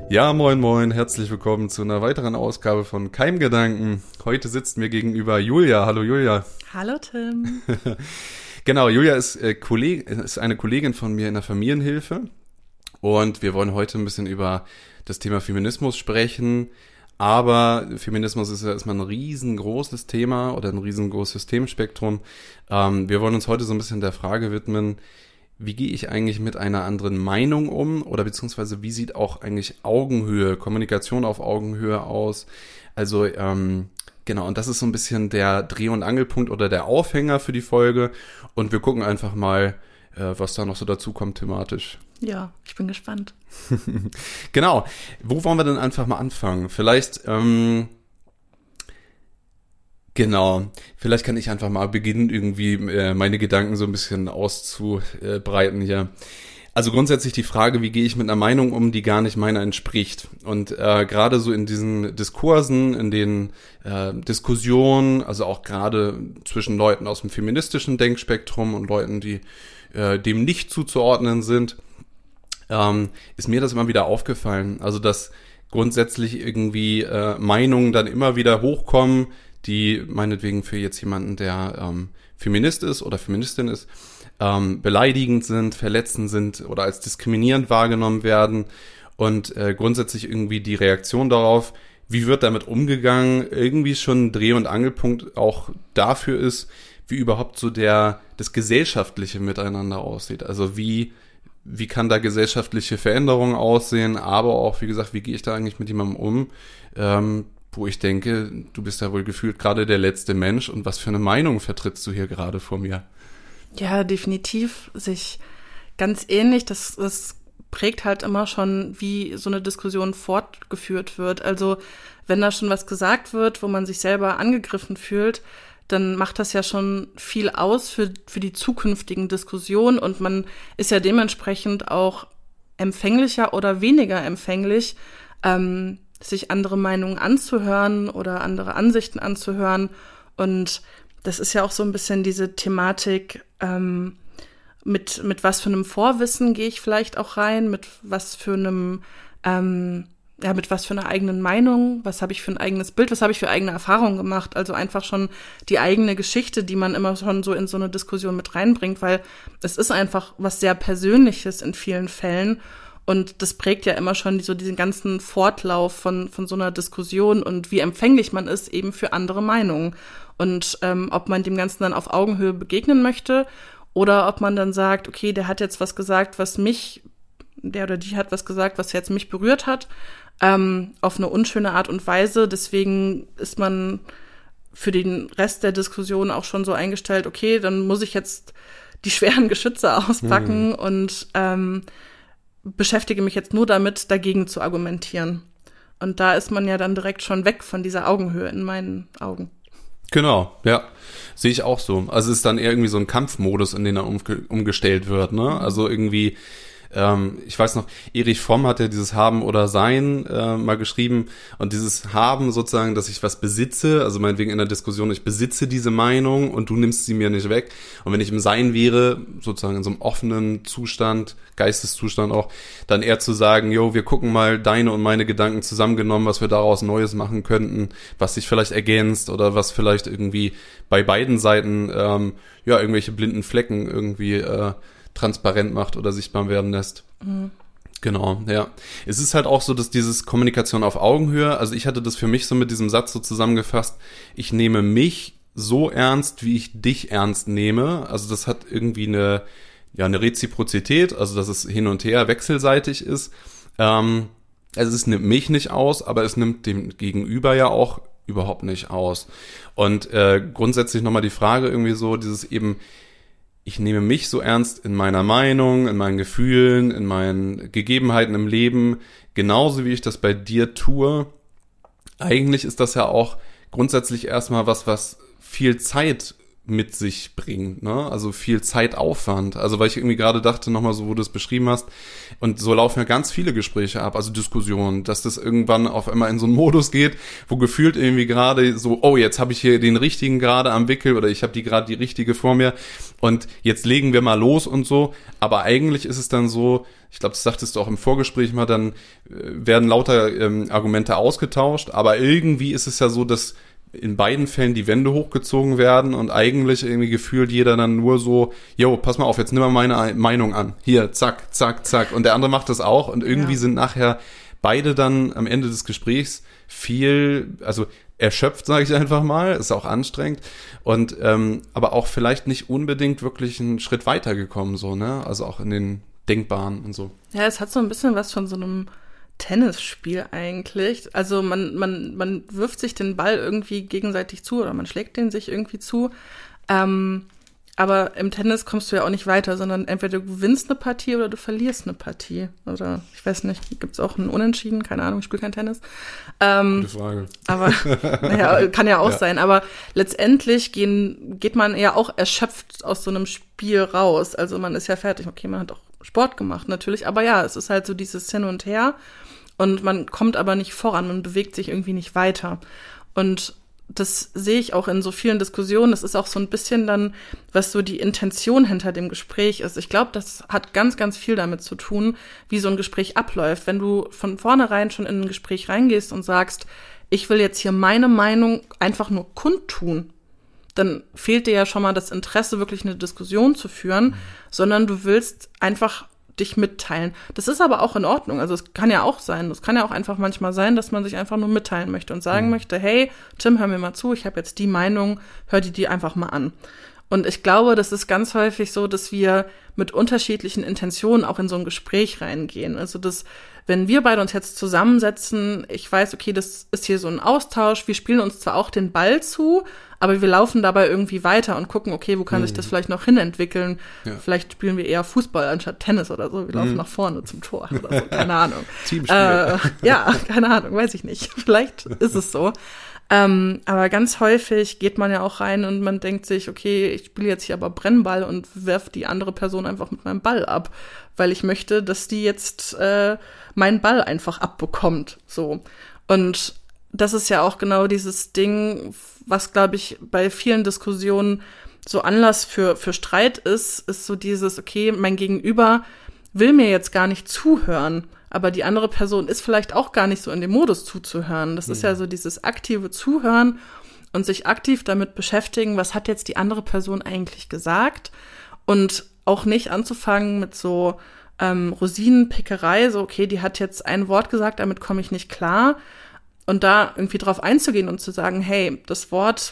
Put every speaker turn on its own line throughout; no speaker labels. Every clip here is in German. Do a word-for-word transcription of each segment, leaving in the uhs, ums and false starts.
Ja, moin moin, herzlich willkommen zu einer weiteren Ausgabe von Keimgedanken. Heute sitzt mir gegenüber Julia. Hallo Julia.
Hallo Tim.
Genau, Julia ist, äh, Kolleg- ist eine Kollegin von mir in der Familienhilfe und wir wollen heute ein bisschen über das Thema Feminismus sprechen. Aber Feminismus ist ja erstmal ein riesengroßes Thema oder ein riesengroßes Themenspektrum. Ähm, wir wollen uns heute so ein bisschen der Frage widmen, wie gehe ich eigentlich mit einer anderen Meinung um oder beziehungsweise wie sieht auch eigentlich Augenhöhe, Kommunikation auf Augenhöhe aus? Also ähm, genau, und das ist so ein bisschen der Dreh- und Angelpunkt oder der Aufhänger für die Folge und wir gucken einfach mal, äh, was da noch so dazu kommt thematisch.
Ja, ich bin gespannt.
Genau, wo wollen wir denn einfach mal anfangen? Vielleicht, ähm, genau, vielleicht kann ich einfach mal beginnen, irgendwie äh, meine Gedanken so ein bisschen auszubreiten hier. Also grundsätzlich die Frage, wie gehe ich mit einer Meinung um, die gar nicht meiner entspricht? Und äh, gerade so in diesen Diskursen, in den äh, Diskussionen, also auch gerade zwischen Leuten aus dem feministischen Denkspektrum und Leuten, die äh, dem nicht zuzuordnen sind, ähm, ist mir das immer wieder aufgefallen. Also dass grundsätzlich irgendwie äh, Meinungen dann immer wieder hochkommen, die meinetwegen für jetzt jemanden, der ähm, Feminist ist oder Feministin ist, ähm, beleidigend sind, verletzend sind oder als diskriminierend wahrgenommen werden und äh, grundsätzlich irgendwie die Reaktion darauf, wie wird damit umgegangen, irgendwie schon ein Dreh- und Angelpunkt auch dafür ist, wie überhaupt so der das gesellschaftliche Miteinander aussieht. Also wie wie kann da gesellschaftliche Veränderungen aussehen, aber auch, wie gesagt, wie gehe ich da eigentlich mit jemandem um, ähm, wo ich denke, du bist ja wohl gefühlt gerade der letzte Mensch und was für eine Meinung vertrittst du hier gerade vor mir?
Ja, definitiv sich ganz ähnlich. Das, das prägt halt immer schon, wie so eine Diskussion fortgeführt wird. Also wenn da schon was gesagt wird, wo man sich selber angegriffen fühlt, dann macht das ja schon viel aus für, für die zukünftigen Diskussionen und man ist ja dementsprechend auch empfänglicher oder weniger empfänglich, ähm, sich andere Meinungen anzuhören oder andere Ansichten anzuhören. Und das ist ja auch so ein bisschen diese Thematik, ähm, mit, mit was für einem Vorwissen gehe ich vielleicht auch rein, mit was für einem, ähm, ja, mit was für einer eigenen Meinung, was habe ich für ein eigenes Bild, was habe ich für eigene Erfahrungen gemacht, also einfach schon die eigene Geschichte, die man immer schon so in so eine Diskussion mit reinbringt, weil es ist einfach was sehr Persönliches in vielen Fällen und das prägt ja immer schon so diesen ganzen Fortlauf von von so einer Diskussion und wie empfänglich man ist eben für andere Meinungen und ähm, ob man dem Ganzen dann auf Augenhöhe begegnen möchte oder ob man dann sagt, okay, der hat jetzt was gesagt, was mich, der oder die hat was gesagt, was jetzt mich berührt hat, Ähm, auf eine unschöne Art und Weise. Deswegen ist man für den Rest der Diskussion auch schon so eingestellt, okay, dann muss ich jetzt die schweren Geschütze auspacken mhm. und ähm, beschäftige mich jetzt nur damit, dagegen zu argumentieren. Und da ist man ja dann direkt schon weg von dieser Augenhöhe in meinen Augen.
Genau, ja, sehe ich auch so. Also es ist dann eher irgendwie so ein Kampfmodus, in den er umge- umgestellt wird, ne? Mhm. Also irgendwie Ähm, ich weiß noch, Erich Fromm hat ja dieses Haben oder Sein äh, mal geschrieben und dieses Haben sozusagen, dass ich was besitze, also meinetwegen in der Diskussion, ich besitze diese Meinung und du nimmst sie mir nicht weg und wenn ich im Sein wäre, sozusagen in so einem offenen Zustand, Geisteszustand auch, dann eher zu sagen, jo, wir gucken mal deine und meine Gedanken zusammengenommen, was wir daraus Neues machen könnten, was sich vielleicht ergänzt oder was vielleicht irgendwie bei beiden Seiten ähm, ja irgendwelche blinden Flecken irgendwie äh, transparent macht oder sichtbar werden lässt. Mhm. Genau, ja. Es ist halt auch so, dass dieses Kommunikation auf Augenhöhe, also ich hatte das für mich so mit diesem Satz so zusammengefasst, ich nehme mich so ernst, wie ich dich ernst nehme. Also das hat irgendwie eine, ja, eine Reziprozität, also dass es hin und her wechselseitig ist. Ähm, also es nimmt mich nicht aus, aber es nimmt dem Gegenüber ja auch überhaupt nicht aus. Und äh, grundsätzlich nochmal die Frage irgendwie so, dieses eben, ich nehme mich so ernst in meiner Meinung, in meinen Gefühlen, in meinen Gegebenheiten im Leben, genauso wie ich das bei dir tue. Eigentlich ist das ja auch grundsätzlich erstmal was, was viel Zeit mit sich bringt, ne? Also viel Zeitaufwand. Also weil ich irgendwie gerade dachte, nochmal so, wo du es beschrieben hast, und so laufen ja ganz viele Gespräche ab, also Diskussionen, dass das irgendwann auf einmal in so einen Modus geht, wo gefühlt irgendwie gerade so, oh, jetzt habe ich hier den richtigen gerade am Wickel oder ich habe die gerade die richtige vor mir und jetzt legen wir mal los und so. Aber eigentlich ist es dann so, ich glaube, das sagtest du auch im Vorgespräch mal, dann äh, werden lauter ähm, Argumente ausgetauscht, aber irgendwie ist es ja so, dass in beiden Fällen die Wände hochgezogen werden und eigentlich irgendwie gefühlt jeder dann nur so, jo, pass mal auf, jetzt nimm mal meine Meinung an. Hier, zack, zack, zack. Und der andere macht das auch und irgendwie ja. sind nachher beide dann am Ende des Gesprächs viel, also erschöpft, sage ich einfach mal, ist auch anstrengend und ähm, aber auch vielleicht nicht unbedingt wirklich einen Schritt weitergekommen, so, ne? Also auch in den Denkbaren und so.
Ja, es hat so ein bisschen was von so einem Tennisspiel eigentlich. Also man, man, man wirft sich den Ball irgendwie gegenseitig zu oder man schlägt den sich irgendwie zu. Ähm, aber im Tennis kommst du ja auch nicht weiter, sondern entweder du gewinnst eine Partie oder du verlierst eine Partie. Oder ich weiß nicht, gibt es auch ein Unentschieden? Keine Ahnung, ich spiele kein Tennis. Ähm,
Gute Frage.
Aber naja, kann ja auch
ja.
sein. Aber letztendlich gehen, geht man ja auch erschöpft aus so einem Spiel raus. Also man ist ja fertig. Okay, man hat auch Sport gemacht natürlich. Aber ja, es ist halt so dieses Hin und Her. Und man kommt aber nicht voran, man bewegt sich irgendwie nicht weiter. Und das sehe ich auch in so vielen Diskussionen. Das ist auch so ein bisschen dann, was so die Intention hinter dem Gespräch ist. Ich glaube, das hat ganz, ganz viel damit zu tun, wie so ein Gespräch abläuft. Wenn du von vornherein schon in ein Gespräch reingehst und sagst, ich will jetzt hier meine Meinung einfach nur kundtun, dann fehlt dir ja schon mal das Interesse, wirklich eine Diskussion zu führen, mhm. sondern du willst einfach dich mitteilen. Das ist aber auch in Ordnung. Also es kann ja auch sein, es kann ja auch einfach manchmal sein, dass man sich einfach nur mitteilen möchte und sagen mhm. möchte, hey, Tim, hör mir mal zu, ich habe jetzt die Meinung, hör die die einfach mal an. Und ich glaube, das ist ganz häufig so, dass wir mit unterschiedlichen Intentionen auch in so ein Gespräch reingehen. Also dass, wenn wir beide uns jetzt zusammensetzen, ich weiß, okay, das ist hier so ein Austausch, wir spielen uns zwar auch den Ball zu, aber wir laufen dabei irgendwie weiter und gucken, okay, wo kann mhm. sich das vielleicht noch hinentwickeln? Ja. Vielleicht spielen wir eher Fußball anstatt Tennis oder so. Wir laufen mhm. nach vorne zum Tor oder so, keine Ahnung.
Teamspiel.
Äh, ja, keine Ahnung, weiß ich nicht. Vielleicht ist es so. Ähm, aber ganz häufig geht man ja auch rein und man denkt sich, okay, ich spiele jetzt hier aber Brennball und werfe die andere Person einfach mit meinem Ball ab, weil ich möchte, dass die jetzt äh, meinen Ball einfach abbekommt. So. Und das ist ja auch genau dieses Ding, was, glaube ich, bei vielen Diskussionen so Anlass für, für Streit ist, ist so dieses, okay, mein Gegenüber will mir jetzt gar nicht zuhören, aber die andere Person ist vielleicht auch gar nicht so in dem Modus zuzuhören. Das mhm. ist ja so dieses aktive Zuhören und sich aktiv damit beschäftigen, was hat jetzt die andere Person eigentlich gesagt und auch nicht anzufangen mit so ähm, Rosinenpickerei, so okay, die hat jetzt ein Wort gesagt, damit komme ich nicht klar und da irgendwie drauf einzugehen und zu sagen, hey, das Wort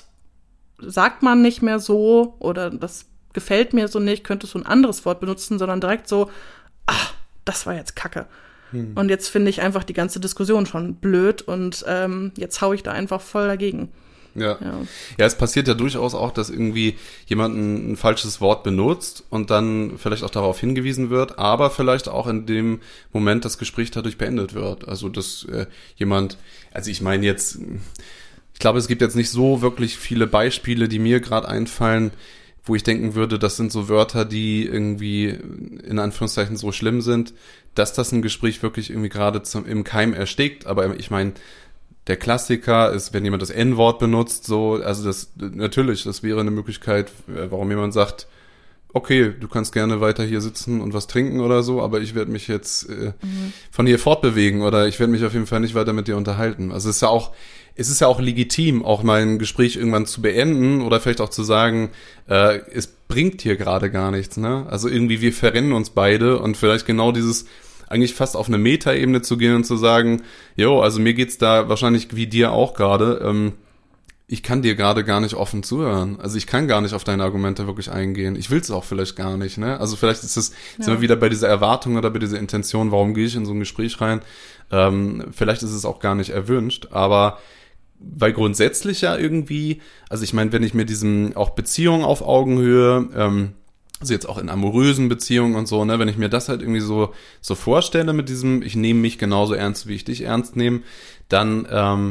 sagt man nicht mehr so oder das gefällt mir so nicht, könntest du ein anderes Wort benutzen, sondern direkt so, ach, das war jetzt Kacke. Hm. Und jetzt finde ich einfach die ganze Diskussion schon blöd und ähm, jetzt hau ich da einfach voll dagegen.
Ja. ja, ja, es passiert ja durchaus auch, dass irgendwie jemand ein, ein falsches Wort benutzt und dann vielleicht auch darauf hingewiesen wird, aber vielleicht auch in dem Moment das Gespräch dadurch beendet wird. Also dass äh, jemand, also ich meine jetzt, ich glaube, es gibt jetzt nicht so wirklich viele Beispiele, die mir gerade einfallen, wo ich denken würde, das sind so Wörter, die irgendwie in Anführungszeichen so schlimm sind, dass das ein Gespräch wirklich irgendwie gerade zum, im Keim erstickt. Aber ich meine, der Klassiker ist, wenn jemand das En-Wort benutzt, so, also das, natürlich, das wäre eine Möglichkeit, warum jemand sagt, okay, du kannst gerne weiter hier sitzen und was trinken oder so, aber ich werde mich jetzt äh, mhm. von hier fortbewegen oder ich werde mich auf jeden Fall nicht weiter mit dir unterhalten. Also es ist ja auch, es ist ja auch legitim, auch mal ein Gespräch irgendwann zu beenden oder vielleicht auch zu sagen, äh, es bringt hier gerade gar nichts, ne? Also irgendwie wir verrennen uns beide und vielleicht genau dieses eigentlich fast auf eine Metaebene zu gehen und zu sagen, jo, also mir geht's da wahrscheinlich wie dir auch gerade, ähm, ich kann dir gerade gar nicht offen zuhören. Also ich kann gar nicht auf deine Argumente wirklich eingehen. Ich will es auch vielleicht gar nicht, ne? Also vielleicht ist es, ja. sind wir wieder bei dieser Erwartung oder bei dieser Intention, warum gehe ich in so ein Gespräch rein? Ähm, vielleicht ist es auch gar nicht erwünscht, aber weil grundsätzlich ja irgendwie, also ich meine, wenn ich mir diesen, auch Beziehungen auf Augenhöhe, ähm, also jetzt auch in amorösen Beziehungen und so, ne, wenn ich mir das halt irgendwie so so vorstelle mit diesem, ich nehme mich genauso ernst, wie ich dich ernst nehme, dann ähm,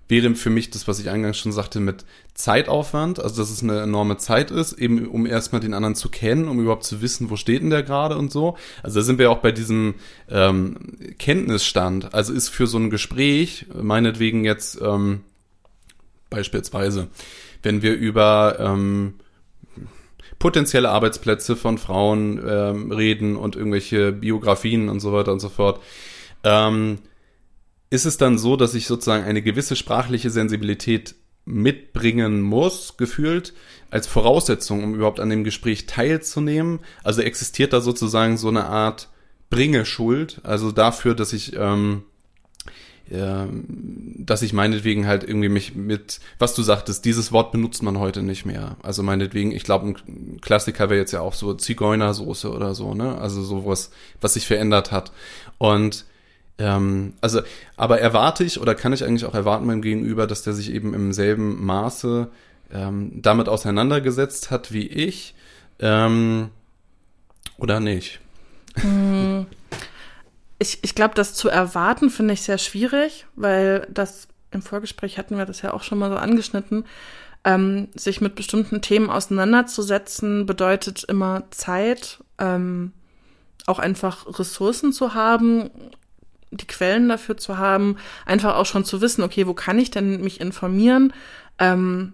wäre für mich das, was ich eingangs schon sagte, mit Zeitaufwand, also dass es eine enorme Zeit ist, eben um erstmal den anderen zu kennen, um überhaupt zu wissen, wo steht denn der gerade und so. Also da sind wir auch bei diesem ähm, Kenntnisstand. Also ist für so ein Gespräch, meinetwegen jetzt ähm, beispielsweise, wenn wir über ähm, potenzielle Arbeitsplätze von Frauen ähm, reden und irgendwelche Biografien und so weiter und so fort, ähm, ist es dann so, dass ich sozusagen eine gewisse sprachliche Sensibilität mitbringen muss, gefühlt, als Voraussetzung, um überhaupt an dem Gespräch teilzunehmen? Also existiert da sozusagen so eine Art Bringeschuld, also dafür, dass ich, ähm, äh, dass ich meinetwegen halt irgendwie mich mit, was du sagtest, dieses Wort benutzt man heute nicht mehr. Also meinetwegen, ich glaube, ein Klassiker wäre jetzt ja auch so Zigeunersoße oder so, ne? Also sowas, was sich verändert hat. Und Ähm, also, aber erwarte ich oder kann ich eigentlich auch erwarten beim Gegenüber, dass der sich eben im selben Maße ähm, damit auseinandergesetzt hat wie ich, ähm, oder nicht?
Ich, ich glaube, das zu erwarten finde ich sehr schwierig, weil das im Vorgespräch hatten wir das ja auch schon mal so angeschnitten. Ähm, sich mit bestimmten Themen auseinanderzusetzen bedeutet immer Zeit, ähm, auch einfach Ressourcen zu haben, die Quellen dafür zu haben, einfach auch schon zu wissen, okay, wo kann ich denn mich informieren? Ähm,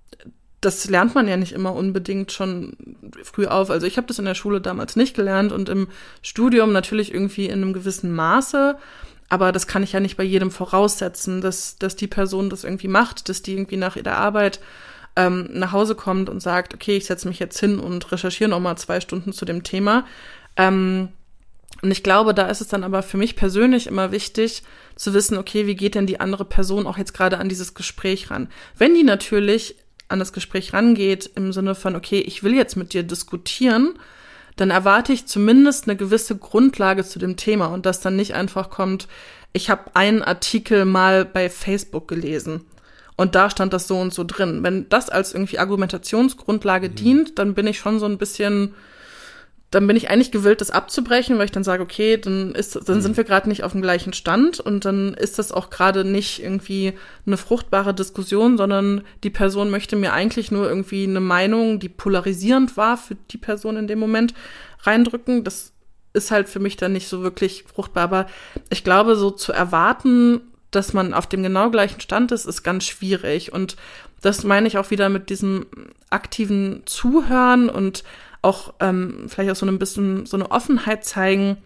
das lernt man ja nicht immer unbedingt schon früh auf. Also ich habe das in der Schule damals nicht gelernt und im Studium natürlich irgendwie in einem gewissen Maße, aber das kann ich ja nicht bei jedem voraussetzen, dass, dass die Person das irgendwie macht, dass die irgendwie nach der Arbeit ähm, nach Hause kommt und sagt, okay, ich setze mich jetzt hin und recherchiere noch mal zwei Stunden zu dem Thema. Ähm, Und ich glaube, da ist es dann aber für mich persönlich immer wichtig zu wissen, okay, wie geht denn die andere Person auch jetzt gerade an dieses Gespräch ran? Wenn die natürlich an das Gespräch rangeht im Sinne von, okay, ich will jetzt mit dir diskutieren, dann erwarte ich zumindest eine gewisse Grundlage zu dem Thema und dass dann nicht einfach kommt, ich habe einen Artikel mal bei Facebook gelesen und da stand das so und so drin. Wenn das als irgendwie Argumentationsgrundlage mhm. dient, dann bin ich schon so ein bisschen... dann bin ich eigentlich gewillt, das abzubrechen, weil ich dann sage, okay, dann ist, dann sind wir gerade nicht auf dem gleichen Stand und dann ist das auch gerade nicht irgendwie eine fruchtbare Diskussion, sondern die Person möchte mir eigentlich nur irgendwie eine Meinung, die polarisierend war für die Person in dem Moment, reindrücken. Das ist halt für mich dann nicht so wirklich fruchtbar. Aber ich glaube, so zu erwarten, dass man auf dem genau gleichen Stand ist, ist ganz schwierig. Und das meine ich auch wieder mit diesem aktiven Zuhören und auch ähm, vielleicht auch so ein bisschen so eine Offenheit zeigen,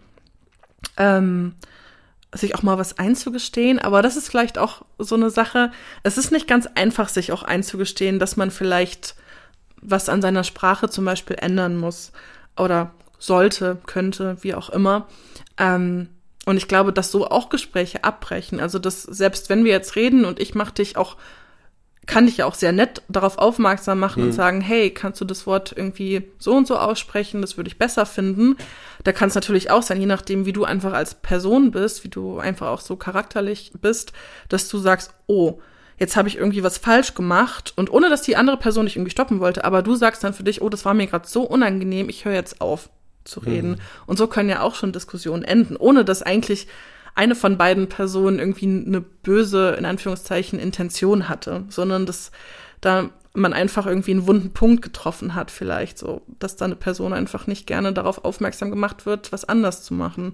ähm, sich auch mal was einzugestehen. Aber das ist vielleicht auch so eine Sache, es ist nicht ganz einfach, sich auch einzugestehen, dass man vielleicht was an seiner Sprache zum Beispiel ändern muss oder sollte, könnte, wie auch immer. Ähm, und ich glaube, dass so auch Gespräche abbrechen. Also dass selbst wenn wir jetzt reden und ich mache dich auch kann dich ja auch sehr nett darauf aufmerksam machen mhm. und sagen, hey, kannst du das Wort irgendwie so und so aussprechen, das würde ich besser finden. Da kann es natürlich auch sein, je nachdem, wie du einfach als Person bist, wie du einfach auch so charakterlich bist, dass du sagst, oh, jetzt habe ich irgendwie was falsch gemacht und ohne, dass die andere Person dich irgendwie stoppen wollte, aber du sagst dann für dich, oh, das war mir gerade so unangenehm, ich höre jetzt auf zu reden. Mhm. Und so können ja auch schon Diskussionen enden, ohne dass eigentlich eine von beiden Personen irgendwie eine böse, in Anführungszeichen, Intention hatte, sondern dass da man einfach irgendwie einen wunden Punkt getroffen hat vielleicht, so, dass da eine Person einfach nicht gerne darauf aufmerksam gemacht wird, was anders zu machen.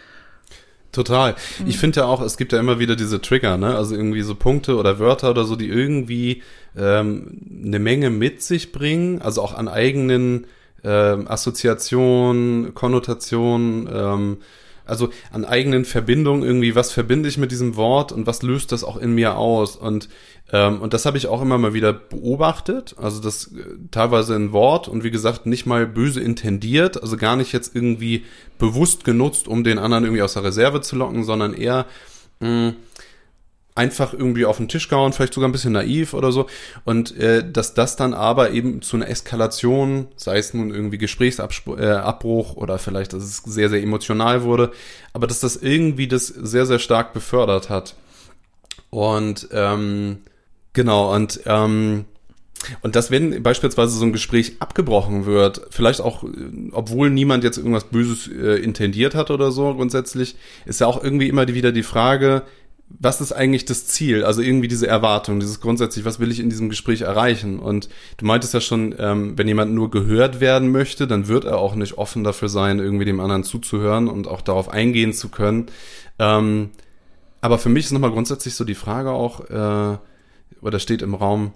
Total. Mhm. Ich finde ja auch, es gibt ja immer wieder diese Trigger, ne, also irgendwie so Punkte oder Wörter oder so, die irgendwie ähm, eine Menge mit sich bringen, also auch an eigenen ähm, Assoziationen, Konnotationen, ähm, also an eigenen Verbindungen irgendwie, was verbinde ich mit diesem Wort und was löst das auch in mir aus? Und ähm, und das habe ich auch immer mal wieder beobachtet, also das äh, teilweise ein Wort und wie gesagt nicht mal böse intendiert, also gar nicht jetzt irgendwie bewusst genutzt, um den anderen irgendwie aus der Reserve zu locken, sondern eher mh, einfach irgendwie auf den Tisch gehauen, vielleicht sogar ein bisschen naiv oder so. Und äh, dass das dann aber eben zu einer Eskalation, sei es nun irgendwie Gesprächsabbruch äh, oder vielleicht, dass es sehr, sehr emotional wurde, aber dass das irgendwie das sehr, sehr stark befördert hat. Und ähm, genau, und ähm, und dass, wenn beispielsweise so ein Gespräch abgebrochen wird, vielleicht auch, obwohl niemand jetzt irgendwas Böses äh, intendiert hat oder so grundsätzlich, ist ja auch irgendwie immer die, wieder die Frage, was ist eigentlich das Ziel? Also irgendwie diese Erwartung, dieses grundsätzlich, was will ich in diesem Gespräch erreichen? Und du meintest ja schon, ähm, wenn jemand nur gehört werden möchte, dann wird er auch nicht offen dafür sein, irgendwie dem anderen zuzuhören und auch darauf eingehen zu können. Ähm, aber für mich ist nochmal grundsätzlich so die Frage auch, äh, oder steht im Raum,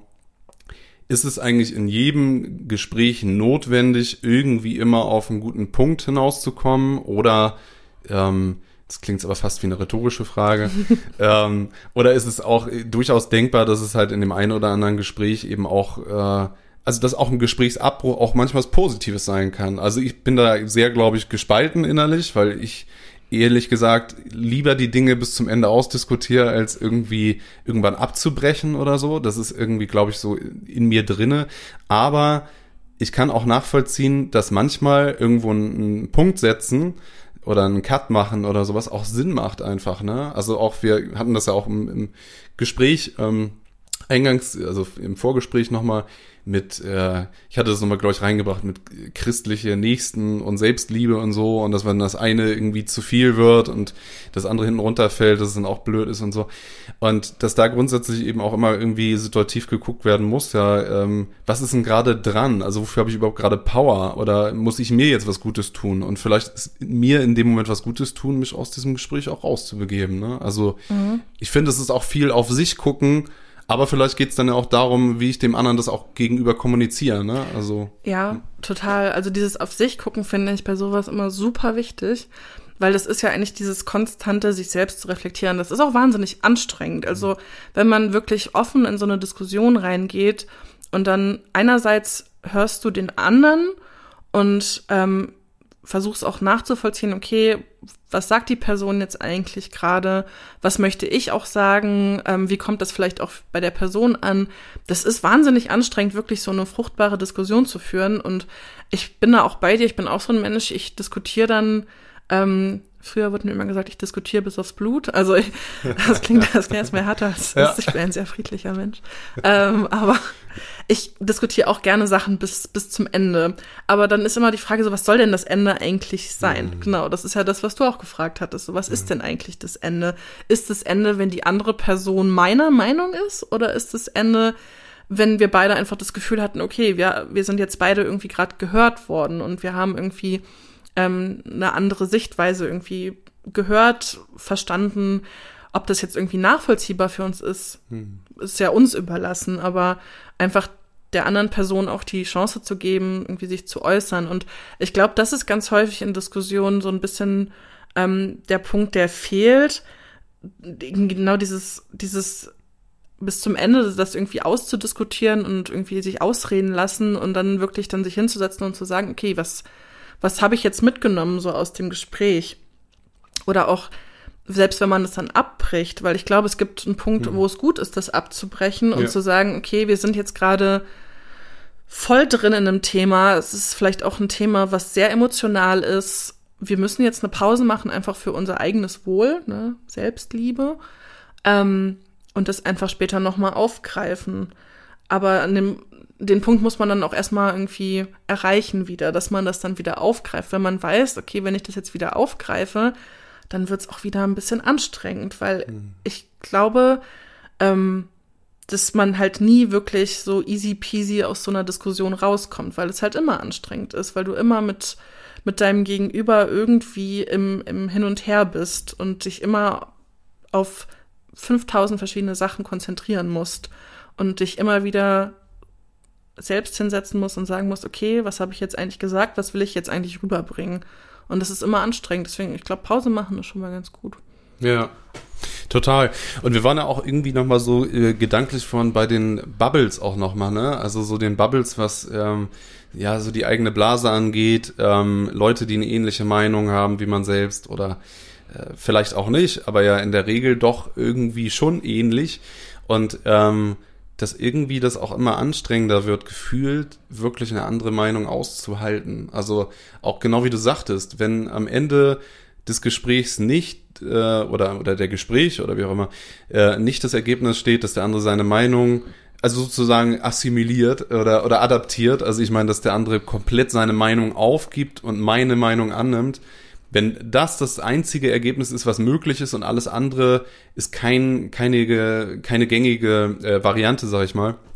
ist es eigentlich in jedem Gespräch notwendig, irgendwie immer auf einen guten Punkt hinauszukommen? Oder, ähm, das klingt aber fast wie eine rhetorische Frage, ähm, oder ist es auch durchaus denkbar, dass es halt in dem einen oder anderen Gespräch eben auch, äh, also dass auch ein Gesprächsabbruch auch manchmal was Positives sein kann? Also ich bin da sehr, glaube ich, gespalten innerlich, weil ich ehrlich gesagt lieber die Dinge bis zum Ende ausdiskutiere, als irgendwie irgendwann abzubrechen oder so. Das ist irgendwie, glaube ich, so in mir drinne. Aber ich kann auch nachvollziehen, dass manchmal irgendwo einen Punkt setzen oder einen Cut machen oder sowas auch Sinn macht einfach, ne? Also auch, wir hatten das ja auch im, im Gespräch, ähm, eingangs, also im Vorgespräch nochmal mit, äh, ich hatte das nochmal, glaube ich, reingebracht mit christliche Nächsten und Selbstliebe und so, und dass wenn das eine irgendwie zu viel wird und das andere hinten runterfällt, dass es dann auch blöd ist und so. Und dass da grundsätzlich eben auch immer irgendwie situativ geguckt werden muss, ja, ähm, was ist denn gerade dran? Also wofür habe ich überhaupt gerade Power? Oder muss ich mir jetzt was Gutes tun? Und vielleicht ist mir in dem Moment was Gutes tun, mich aus diesem Gespräch auch rauszubegeben, ne? Also mhm. ich finde, es ist auch viel auf sich gucken. Aber vielleicht geht's dann ja auch darum, wie ich dem anderen das auch gegenüber kommuniziere, ne? Also
ja, total. Also dieses auf sich gucken finde ich bei sowas immer super wichtig, weil das ist ja eigentlich dieses konstante, sich selbst zu reflektieren. Das ist auch wahnsinnig anstrengend. Also wenn man wirklich offen in so eine Diskussion reingeht und dann einerseits hörst du den anderen und ähm, versuchst auch nachzuvollziehen, okay, was sagt die Person jetzt eigentlich gerade? Was möchte ich auch sagen? Ähm, wie kommt das vielleicht auch bei der Person an? Das ist wahnsinnig anstrengend, wirklich so eine fruchtbare Diskussion zu führen. Und ich bin da auch bei dir. Ich bin auch so ein Mensch. Ich diskutiere dann, ähm, früher wurde mir immer gesagt, ich diskutiere bis aufs Blut. Also ich, das klingt, das klingt jetzt mehr härter als ja. Ich bin ein sehr friedlicher Mensch. ähm, aber ich diskutiere auch gerne Sachen bis bis zum Ende. Aber dann ist immer die Frage so, was soll denn das Ende eigentlich sein? Mhm. Genau, das ist ja das, was du auch gefragt hattest. So, was mhm. ist denn eigentlich das Ende? Ist das Ende, wenn die andere Person meiner Meinung ist? Oder ist das Ende, wenn wir beide einfach das Gefühl hatten, okay, wir, wir sind jetzt beide irgendwie gerade gehört worden und wir haben irgendwie ähm, eine andere Sichtweise irgendwie gehört, verstanden. Ob das jetzt irgendwie nachvollziehbar für uns ist, hm. ist ja uns überlassen, aber einfach der anderen Person auch die Chance zu geben, irgendwie sich zu äußern. Und ich glaube, das ist ganz häufig in Diskussionen so ein bisschen ähm, der Punkt, der fehlt. Genau dieses, dieses bis zum Ende das irgendwie auszudiskutieren und irgendwie sich ausreden lassen und dann wirklich dann sich hinzusetzen und zu sagen, okay, was, was habe ich jetzt mitgenommen so aus dem Gespräch? Oder auch selbst wenn man das dann abbricht, weil ich glaube, es gibt einen Punkt, mhm. wo es gut ist, das abzubrechen und ja. zu sagen, okay, wir sind jetzt gerade voll drin in einem Thema. Es ist vielleicht auch ein Thema, was sehr emotional ist. Wir müssen jetzt eine Pause machen, einfach für unser eigenes Wohl, ne? Selbstliebe. Ähm, und das einfach später nochmal aufgreifen. Aber an dem, den Punkt muss man dann auch erstmal irgendwie erreichen wieder, dass man das dann wieder aufgreift. Wenn man weiß, okay, wenn ich das jetzt wieder aufgreife, dann wird's auch wieder ein bisschen anstrengend, weil mhm. ich glaube, ähm, dass man halt nie wirklich so easy peasy aus so einer Diskussion rauskommt, weil es halt immer anstrengend ist, weil du immer mit mit deinem Gegenüber irgendwie im, im Hin und Her bist und dich immer auf fünftausend verschiedene Sachen konzentrieren musst und dich immer wieder selbst hinsetzen musst und sagen musst, okay, was habe ich jetzt eigentlich gesagt, was will ich jetzt eigentlich rüberbringen? Und das ist immer anstrengend, deswegen, ich glaube, Pause machen ist schon mal ganz gut.
Ja, total. Und wir waren ja auch irgendwie nochmal so äh, gedanklich von bei den Bubbles auch nochmal, ne? Also so den Bubbles, was ähm, ja so die eigene Blase angeht, ähm, Leute, die eine ähnliche Meinung haben wie man selbst oder äh, vielleicht auch nicht, aber ja in der Regel doch irgendwie schon ähnlich. Und ähm, dass irgendwie das auch immer anstrengender wird, gefühlt wirklich eine andere Meinung auszuhalten. Also auch genau wie du sagtest, wenn am Ende des Gesprächs nicht äh, oder oder der Gespräch oder wie auch immer äh, nicht das Ergebnis steht, dass der andere seine Meinung also sozusagen assimiliert oder oder adaptiert. Also ich meine, dass der andere komplett seine Meinung aufgibt und meine Meinung annimmt, wenn das das einzige Ergebnis ist, was möglich ist und alles andere ist kein, keine, keine gängige äh, Variante, sag ich mal,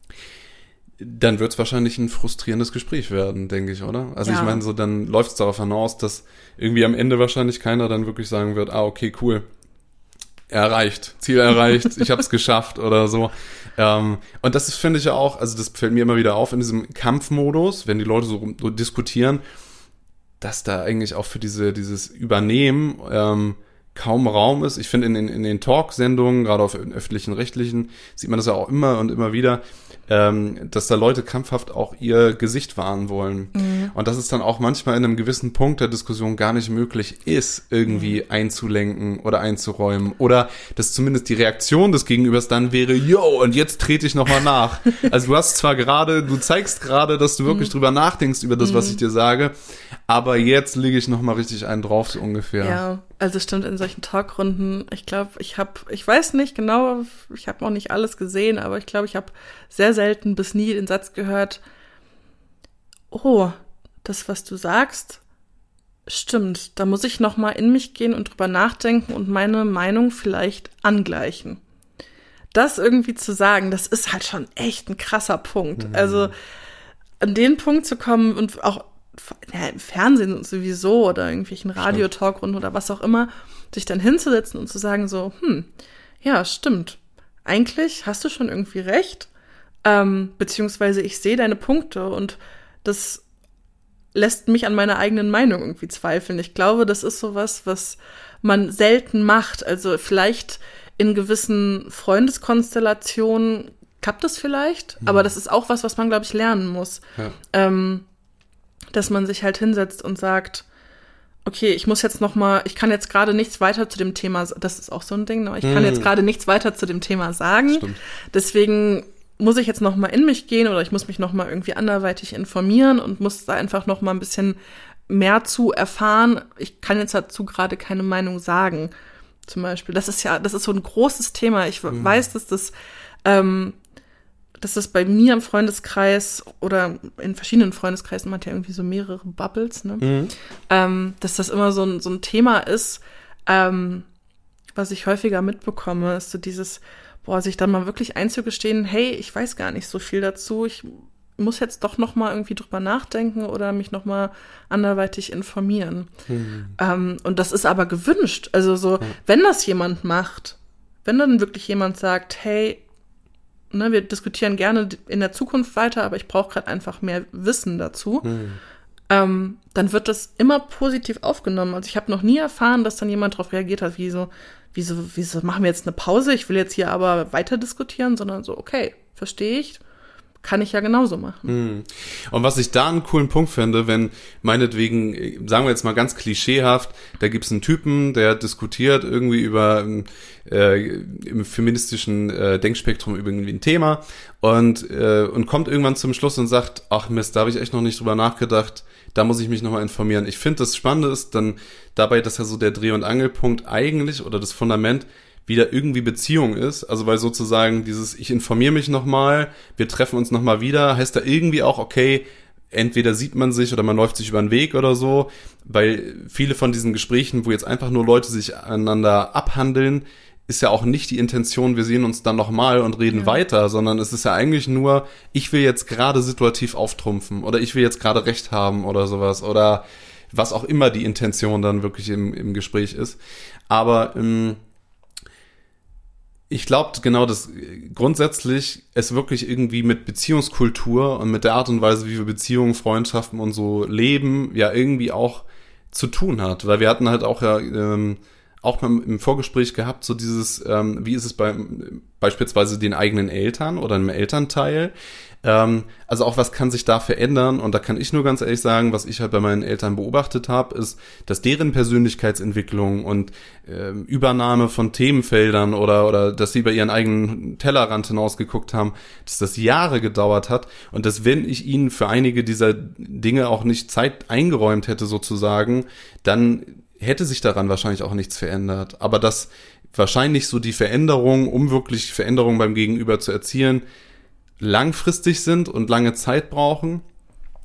dann wird es wahrscheinlich ein frustrierendes Gespräch werden, denke ich, oder? Also ja. Ich meine, so dann läuft es darauf hinaus, dass irgendwie am Ende wahrscheinlich keiner dann wirklich sagen wird, ah, okay, cool, erreicht, Ziel erreicht, ich habe es geschafft oder so. Ähm, und das ist, finde ich ja auch, also das fällt mir immer wieder auf in diesem Kampfmodus, wenn die Leute so, so diskutieren, dass da eigentlich auch für diese dieses Übernehmen ähm, kaum Raum ist. Ich finde in, in, in den Talksendungen, gerade auf öffentlichen, rechtlichen, sieht man das ja auch immer und immer wieder, ähm, dass da Leute krampfhaft auch ihr Gesicht wahren wollen. Mhm. Und dass es dann auch manchmal in einem gewissen Punkt der Diskussion gar nicht möglich ist, irgendwie mhm. einzulenken oder einzuräumen. Oder dass zumindest die Reaktion des Gegenübers dann wäre, yo, und jetzt trete ich nochmal nach. Also du hast zwar gerade, du zeigst gerade, dass du wirklich mhm. drüber nachdenkst über das, mhm. was ich dir sage, aber jetzt lege ich nochmal richtig einen drauf, so ungefähr.
Ja, also stimmt, in solchen Talkrunden, ich glaube, ich habe, ich weiß nicht genau, ich habe auch nicht alles gesehen, aber ich glaube, ich habe sehr selten bis nie den Satz gehört, oh, das, was du sagst, stimmt, da muss ich nochmal in mich gehen und drüber nachdenken und meine Meinung vielleicht angleichen. Das irgendwie zu sagen, das ist halt schon echt ein krasser Punkt. Mhm. Also an den Punkt zu kommen und auch ja, im Fernsehen sowieso oder irgendwelchen Radiotalkrunden oder was auch immer, sich dann hinzusetzen und zu sagen so, hm, ja, stimmt, eigentlich hast du schon irgendwie recht, ähm, beziehungsweise ich sehe deine Punkte und das lässt mich an meiner eigenen Meinung irgendwie zweifeln. Ich glaube, das ist sowas, was man selten macht. Also vielleicht in gewissen Freundeskonstellationen klappt das vielleicht, mhm. aber das ist auch was, was man, glaube ich, lernen muss. Ja. Ähm, dass man sich halt hinsetzt und sagt, okay, ich muss jetzt noch mal, ich kann jetzt gerade nichts weiter zu dem Thema, das ist auch so ein Ding, ne? Ich kann mm. jetzt gerade nichts weiter zu dem Thema sagen. Stimmt. Deswegen muss ich jetzt noch mal in mich gehen oder ich muss mich noch mal irgendwie anderweitig informieren und muss da einfach noch mal ein bisschen mehr zu erfahren. Ich kann jetzt dazu gerade keine Meinung sagen, zum Beispiel. Das ist ja, das ist so ein großes Thema. Ich mm. weiß, dass das ähm, dass das bei mir im Freundeskreis oder in verschiedenen Freundeskreisen, man hat ja irgendwie so mehrere Bubbles, ne? Mhm. Ähm, dass das immer so ein, so ein Thema ist, ähm, was ich häufiger mitbekomme, ist so dieses, boah, sich dann mal wirklich einzugestehen, hey, ich weiß gar nicht so viel dazu, ich muss jetzt doch noch mal irgendwie drüber nachdenken oder mich noch mal anderweitig informieren. Mhm. Ähm, und das ist aber gewünscht. Also so, mhm. wenn das jemand macht, wenn dann wirklich jemand sagt, hey, ne, wir diskutieren gerne in der Zukunft weiter, aber ich brauche gerade einfach mehr Wissen dazu, hm. ähm, dann wird das immer positiv aufgenommen. Also ich habe noch nie erfahren, dass dann jemand darauf reagiert hat, wie so, wieso, wieso machen wir jetzt eine Pause, ich will jetzt hier aber weiter diskutieren, sondern so, okay, verstehe ich, kann ich ja genauso machen.
Hm. Und was ich da einen coolen Punkt finde, wenn meinetwegen, sagen wir jetzt mal ganz klischeehaft, da gibt's einen Typen, der diskutiert irgendwie über äh, im feministischen äh, Denkspektrum über irgendwie ein Thema und äh, und kommt irgendwann zum Schluss und sagt, ach Mist, da habe ich echt noch nicht drüber nachgedacht, da muss ich mich nochmal informieren. Ich finde, das Spannende ist dann dabei, dass ja so der Dreh- und Angelpunkt eigentlich oder das Fundament wieder irgendwie Beziehung ist, also weil sozusagen dieses, ich informiere mich nochmal, wir treffen uns nochmal wieder, heißt da irgendwie auch, okay, entweder sieht man sich oder man läuft sich über den Weg oder so, weil viele von diesen Gesprächen, wo jetzt einfach nur Leute sich aneinander abhandeln, ist ja auch nicht die Intention, wir sehen uns dann nochmal und reden ja. weiter, sondern es ist ja eigentlich nur, ich will jetzt gerade situativ auftrumpfen oder ich will jetzt gerade Recht haben oder sowas oder was auch immer die Intention dann wirklich im, im Gespräch ist. Aber ähm, ich glaube genau, dass grundsätzlich es wirklich irgendwie mit Beziehungskultur und mit der Art und Weise, wie wir Beziehungen, Freundschaften und so leben, ja irgendwie auch zu tun hat. Weil wir hatten halt auch ja ähm, auch beim, im Vorgespräch gehabt, so dieses, ähm, wie ist es bei beispielsweise den eigenen Eltern oder einem Elternteil? Ähm, also auch was kann sich da verändern? Und da kann ich nur ganz ehrlich sagen, was ich halt bei meinen Eltern beobachtet habe, ist, dass deren Persönlichkeitsentwicklung und ähm, Übernahme von Themenfeldern oder oder dass sie bei ihren eigenen Tellerrand hinausgeguckt haben, dass das Jahre gedauert hat und dass wenn ich ihnen für einige dieser Dinge auch nicht Zeit eingeräumt hätte sozusagen, dann hätte sich daran wahrscheinlich auch nichts verändert. Aber dass wahrscheinlich so die Veränderungen, um wirklich Veränderungen beim Gegenüber zu erzielen, langfristig sind und lange Zeit brauchen.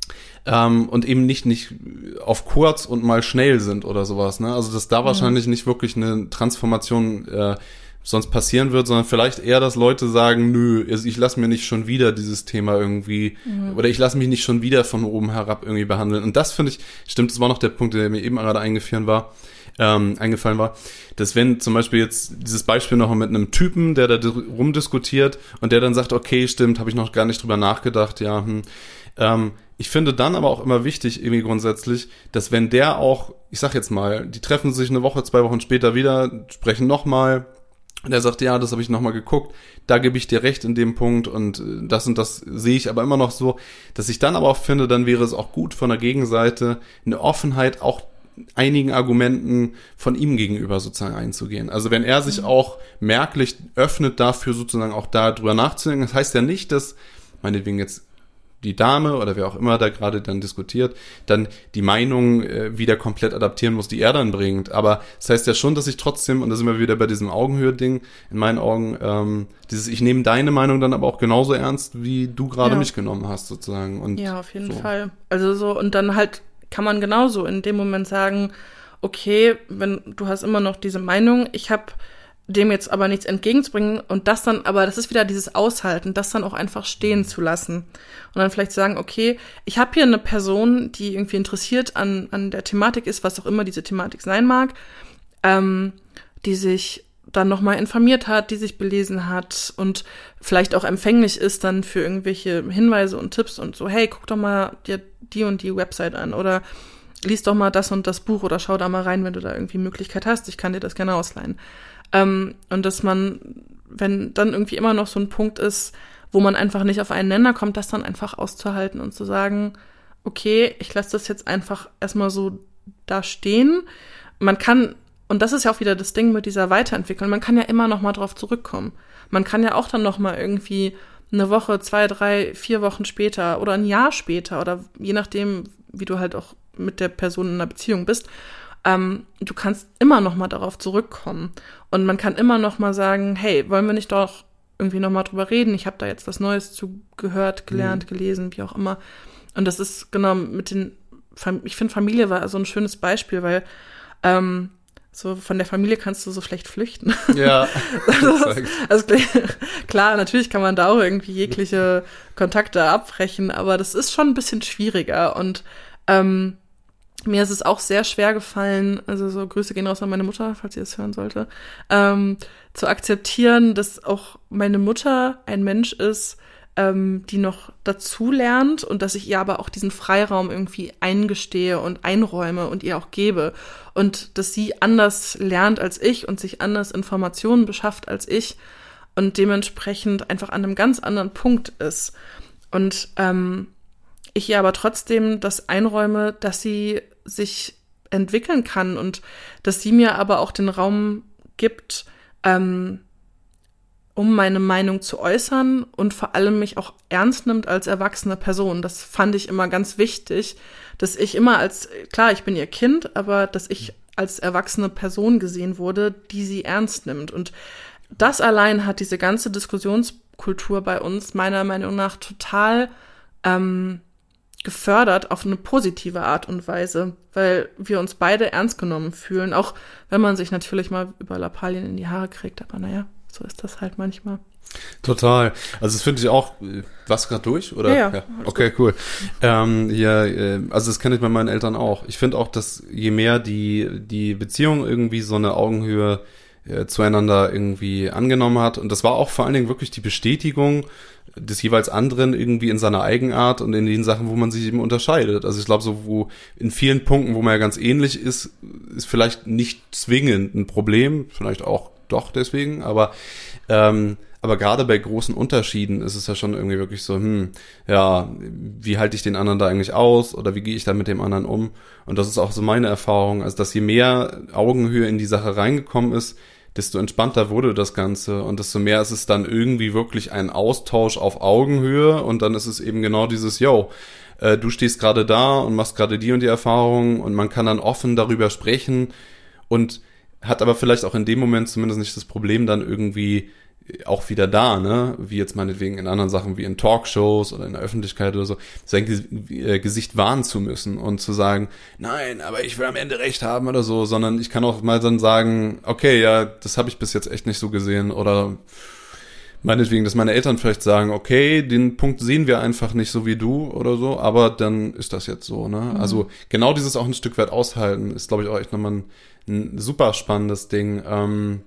ähm, und eben nicht nicht auf kurz und mal schnell sind oder sowas, ne? Also dass da wahrscheinlich nicht wirklich eine Transformation äh, sonst passieren wird, sondern vielleicht eher, dass Leute sagen, nö, ich lasse mir nicht schon wieder dieses Thema irgendwie, mhm. oder ich lasse mich nicht schon wieder von oben herab irgendwie behandeln. Und das finde ich, stimmt, das war noch der Punkt, der mir eben gerade eingefallen war, ähm, eingefallen war, dass wenn zum Beispiel jetzt dieses Beispiel noch mit einem Typen, der da rumdiskutiert und der dann sagt, okay, stimmt, habe ich noch gar nicht drüber nachgedacht, ja, hm, ähm, ich finde dann aber auch immer wichtig, irgendwie grundsätzlich, dass wenn der auch, ich sag jetzt mal, die treffen sich eine Woche, zwei Wochen später wieder, sprechen nochmal, und er sagt, ja, das habe ich nochmal geguckt, da gebe ich dir recht in dem Punkt und das und das sehe ich aber immer noch so, dass ich dann aber auch finde, dann wäre es auch gut von der Gegenseite eine Offenheit auch einigen Argumenten von ihm gegenüber sozusagen einzugehen. Also wenn er sich mhm. auch merklich öffnet dafür sozusagen auch da drüber nachzudenken, das heißt ja nicht, dass meinetwegen jetzt die Dame oder wer auch immer da gerade dann diskutiert, dann die Meinung äh, wieder komplett adaptieren muss, die er dann bringt. Aber das heißt ja schon, dass ich trotzdem, und da sind wir wieder bei diesem Augenhöhe-Ding, in meinen Augen, ähm, dieses, ich nehme deine Meinung dann aber auch genauso ernst, wie du gerade
ja.
mich genommen hast, sozusagen. Und
ja, auf jeden
so.
Fall. Also so, und dann halt kann man genauso in dem Moment sagen, okay, wenn du hast immer noch diese Meinung, ich habe dem jetzt aber nichts entgegenzubringen und das dann, aber das ist wieder dieses Aushalten, das dann auch einfach stehen zu lassen und dann vielleicht sagen, okay, ich habe hier eine Person, die irgendwie interessiert an an der Thematik ist, was auch immer diese Thematik sein mag, ähm, die sich dann nochmal informiert hat, die sich belesen hat und vielleicht auch empfänglich ist dann für irgendwelche Hinweise und Tipps und so, hey, guck doch mal dir die und die Website an oder lies doch mal das und das Buch oder schau da mal rein, wenn du da irgendwie Möglichkeit hast, ich kann dir das gerne ausleihen. Ähm, und dass man, wenn dann irgendwie immer noch so ein Punkt ist, wo man einfach nicht auf einen Nenner kommt, das dann einfach auszuhalten und zu sagen, okay, ich lasse das jetzt einfach erstmal so da stehen. Man kann, und das ist ja auch wieder das Ding mit dieser Weiterentwicklung, man kann ja immer noch mal drauf zurückkommen. Man kann ja auch dann noch mal irgendwie eine Woche, zwei, drei, vier Wochen später oder ein Jahr später oder je nachdem, wie du halt auch mit der Person in einer Beziehung bist, Ähm, du kannst immer noch mal darauf zurückkommen und man kann immer noch mal sagen, hey, wollen wir nicht doch irgendwie noch mal drüber reden? Ich habe da jetzt was Neues zu gehört, gelernt, mhm. gelesen, wie auch immer. Und das ist genau mit den, ich finde Familie war so ein schönes Beispiel, weil ähm, so von der Familie kannst du so schlecht flüchten.
Ja.
also, also klar, natürlich kann man da auch irgendwie jegliche Kontakte abbrechen, aber das ist schon ein bisschen schwieriger und ähm, mir ist es auch sehr schwer gefallen, also so Grüße gehen raus an meine Mutter, falls sie das hören sollte, ähm, zu akzeptieren, dass auch meine Mutter ein Mensch ist, ähm, die noch dazu lernt und dass ich ihr aber auch diesen Freiraum irgendwie eingestehe und einräume und ihr auch gebe und dass sie anders lernt als ich und sich anders Informationen beschafft als ich und dementsprechend einfach an einem ganz anderen Punkt ist. Und ähm, ich ihr aber trotzdem das einräume, dass sie sich entwickeln kann und dass sie mir aber auch den Raum gibt, ähm, um meine Meinung zu äußern und vor allem mich auch ernst nimmt als erwachsene Person. Das fand ich immer ganz wichtig, dass ich immer als, klar, ich bin ihr Kind, aber dass ich als erwachsene Person gesehen wurde, die sie ernst nimmt. Und das allein hat diese ganze Diskussionskultur bei uns meiner Meinung nach total ähm, gefördert auf eine positive Art und Weise, weil wir uns beide ernst genommen fühlen, auch wenn man sich natürlich mal über Lappalien in die Haare kriegt, aber naja, so ist das halt manchmal.
Total. Also das finde ich auch, was gerade durch? Oder?
Ja, ja.
ja. Okay, gut. cool. Ähm, ja, also das kenne ich bei meinen Eltern auch. Ich finde auch, dass je mehr die, die Beziehung irgendwie so eine Augenhöhe äh, zueinander irgendwie angenommen hat, und das war auch vor allen Dingen wirklich die Bestätigung des jeweils anderen irgendwie in seiner Eigenart und in den Sachen, wo man sich eben unterscheidet. Also ich glaube, so wo in vielen Punkten, wo man ja ganz ähnlich ist, ist vielleicht nicht zwingend ein Problem, vielleicht auch doch deswegen, aber ähm, aber gerade bei großen Unterschieden ist es ja schon irgendwie wirklich so, hm, ja, wie halte ich den anderen da eigentlich aus oder wie gehe ich da mit dem anderen um? Und das ist auch so meine Erfahrung, also dass je mehr Augenhöhe in die Sache reingekommen ist, desto entspannter wurde das Ganze und desto mehr ist es dann irgendwie wirklich ein Austausch auf Augenhöhe und dann ist es eben genau dieses, yo, äh, du stehst gerade da und machst gerade die und die Erfahrung und man kann dann offen darüber sprechen und hat aber vielleicht auch in dem Moment zumindest nicht das Problem, dann irgendwie auch wieder da, ne, wie jetzt meinetwegen in anderen Sachen wie in Talkshows oder in der Öffentlichkeit oder so, sein Ge- Gesicht wahren zu müssen und zu sagen, nein, aber ich will am Ende recht haben oder so, sondern ich kann auch mal dann sagen, okay, ja, das habe ich bis jetzt echt nicht so gesehen oder meinetwegen, dass meine Eltern vielleicht sagen, okay, den Punkt sehen wir einfach nicht so wie du oder so, aber dann ist das jetzt so, ne? Mhm. Also genau dieses auch ein Stück weit aushalten ist, glaube ich, auch echt nochmal ein, ein super spannendes Ding. Ähm,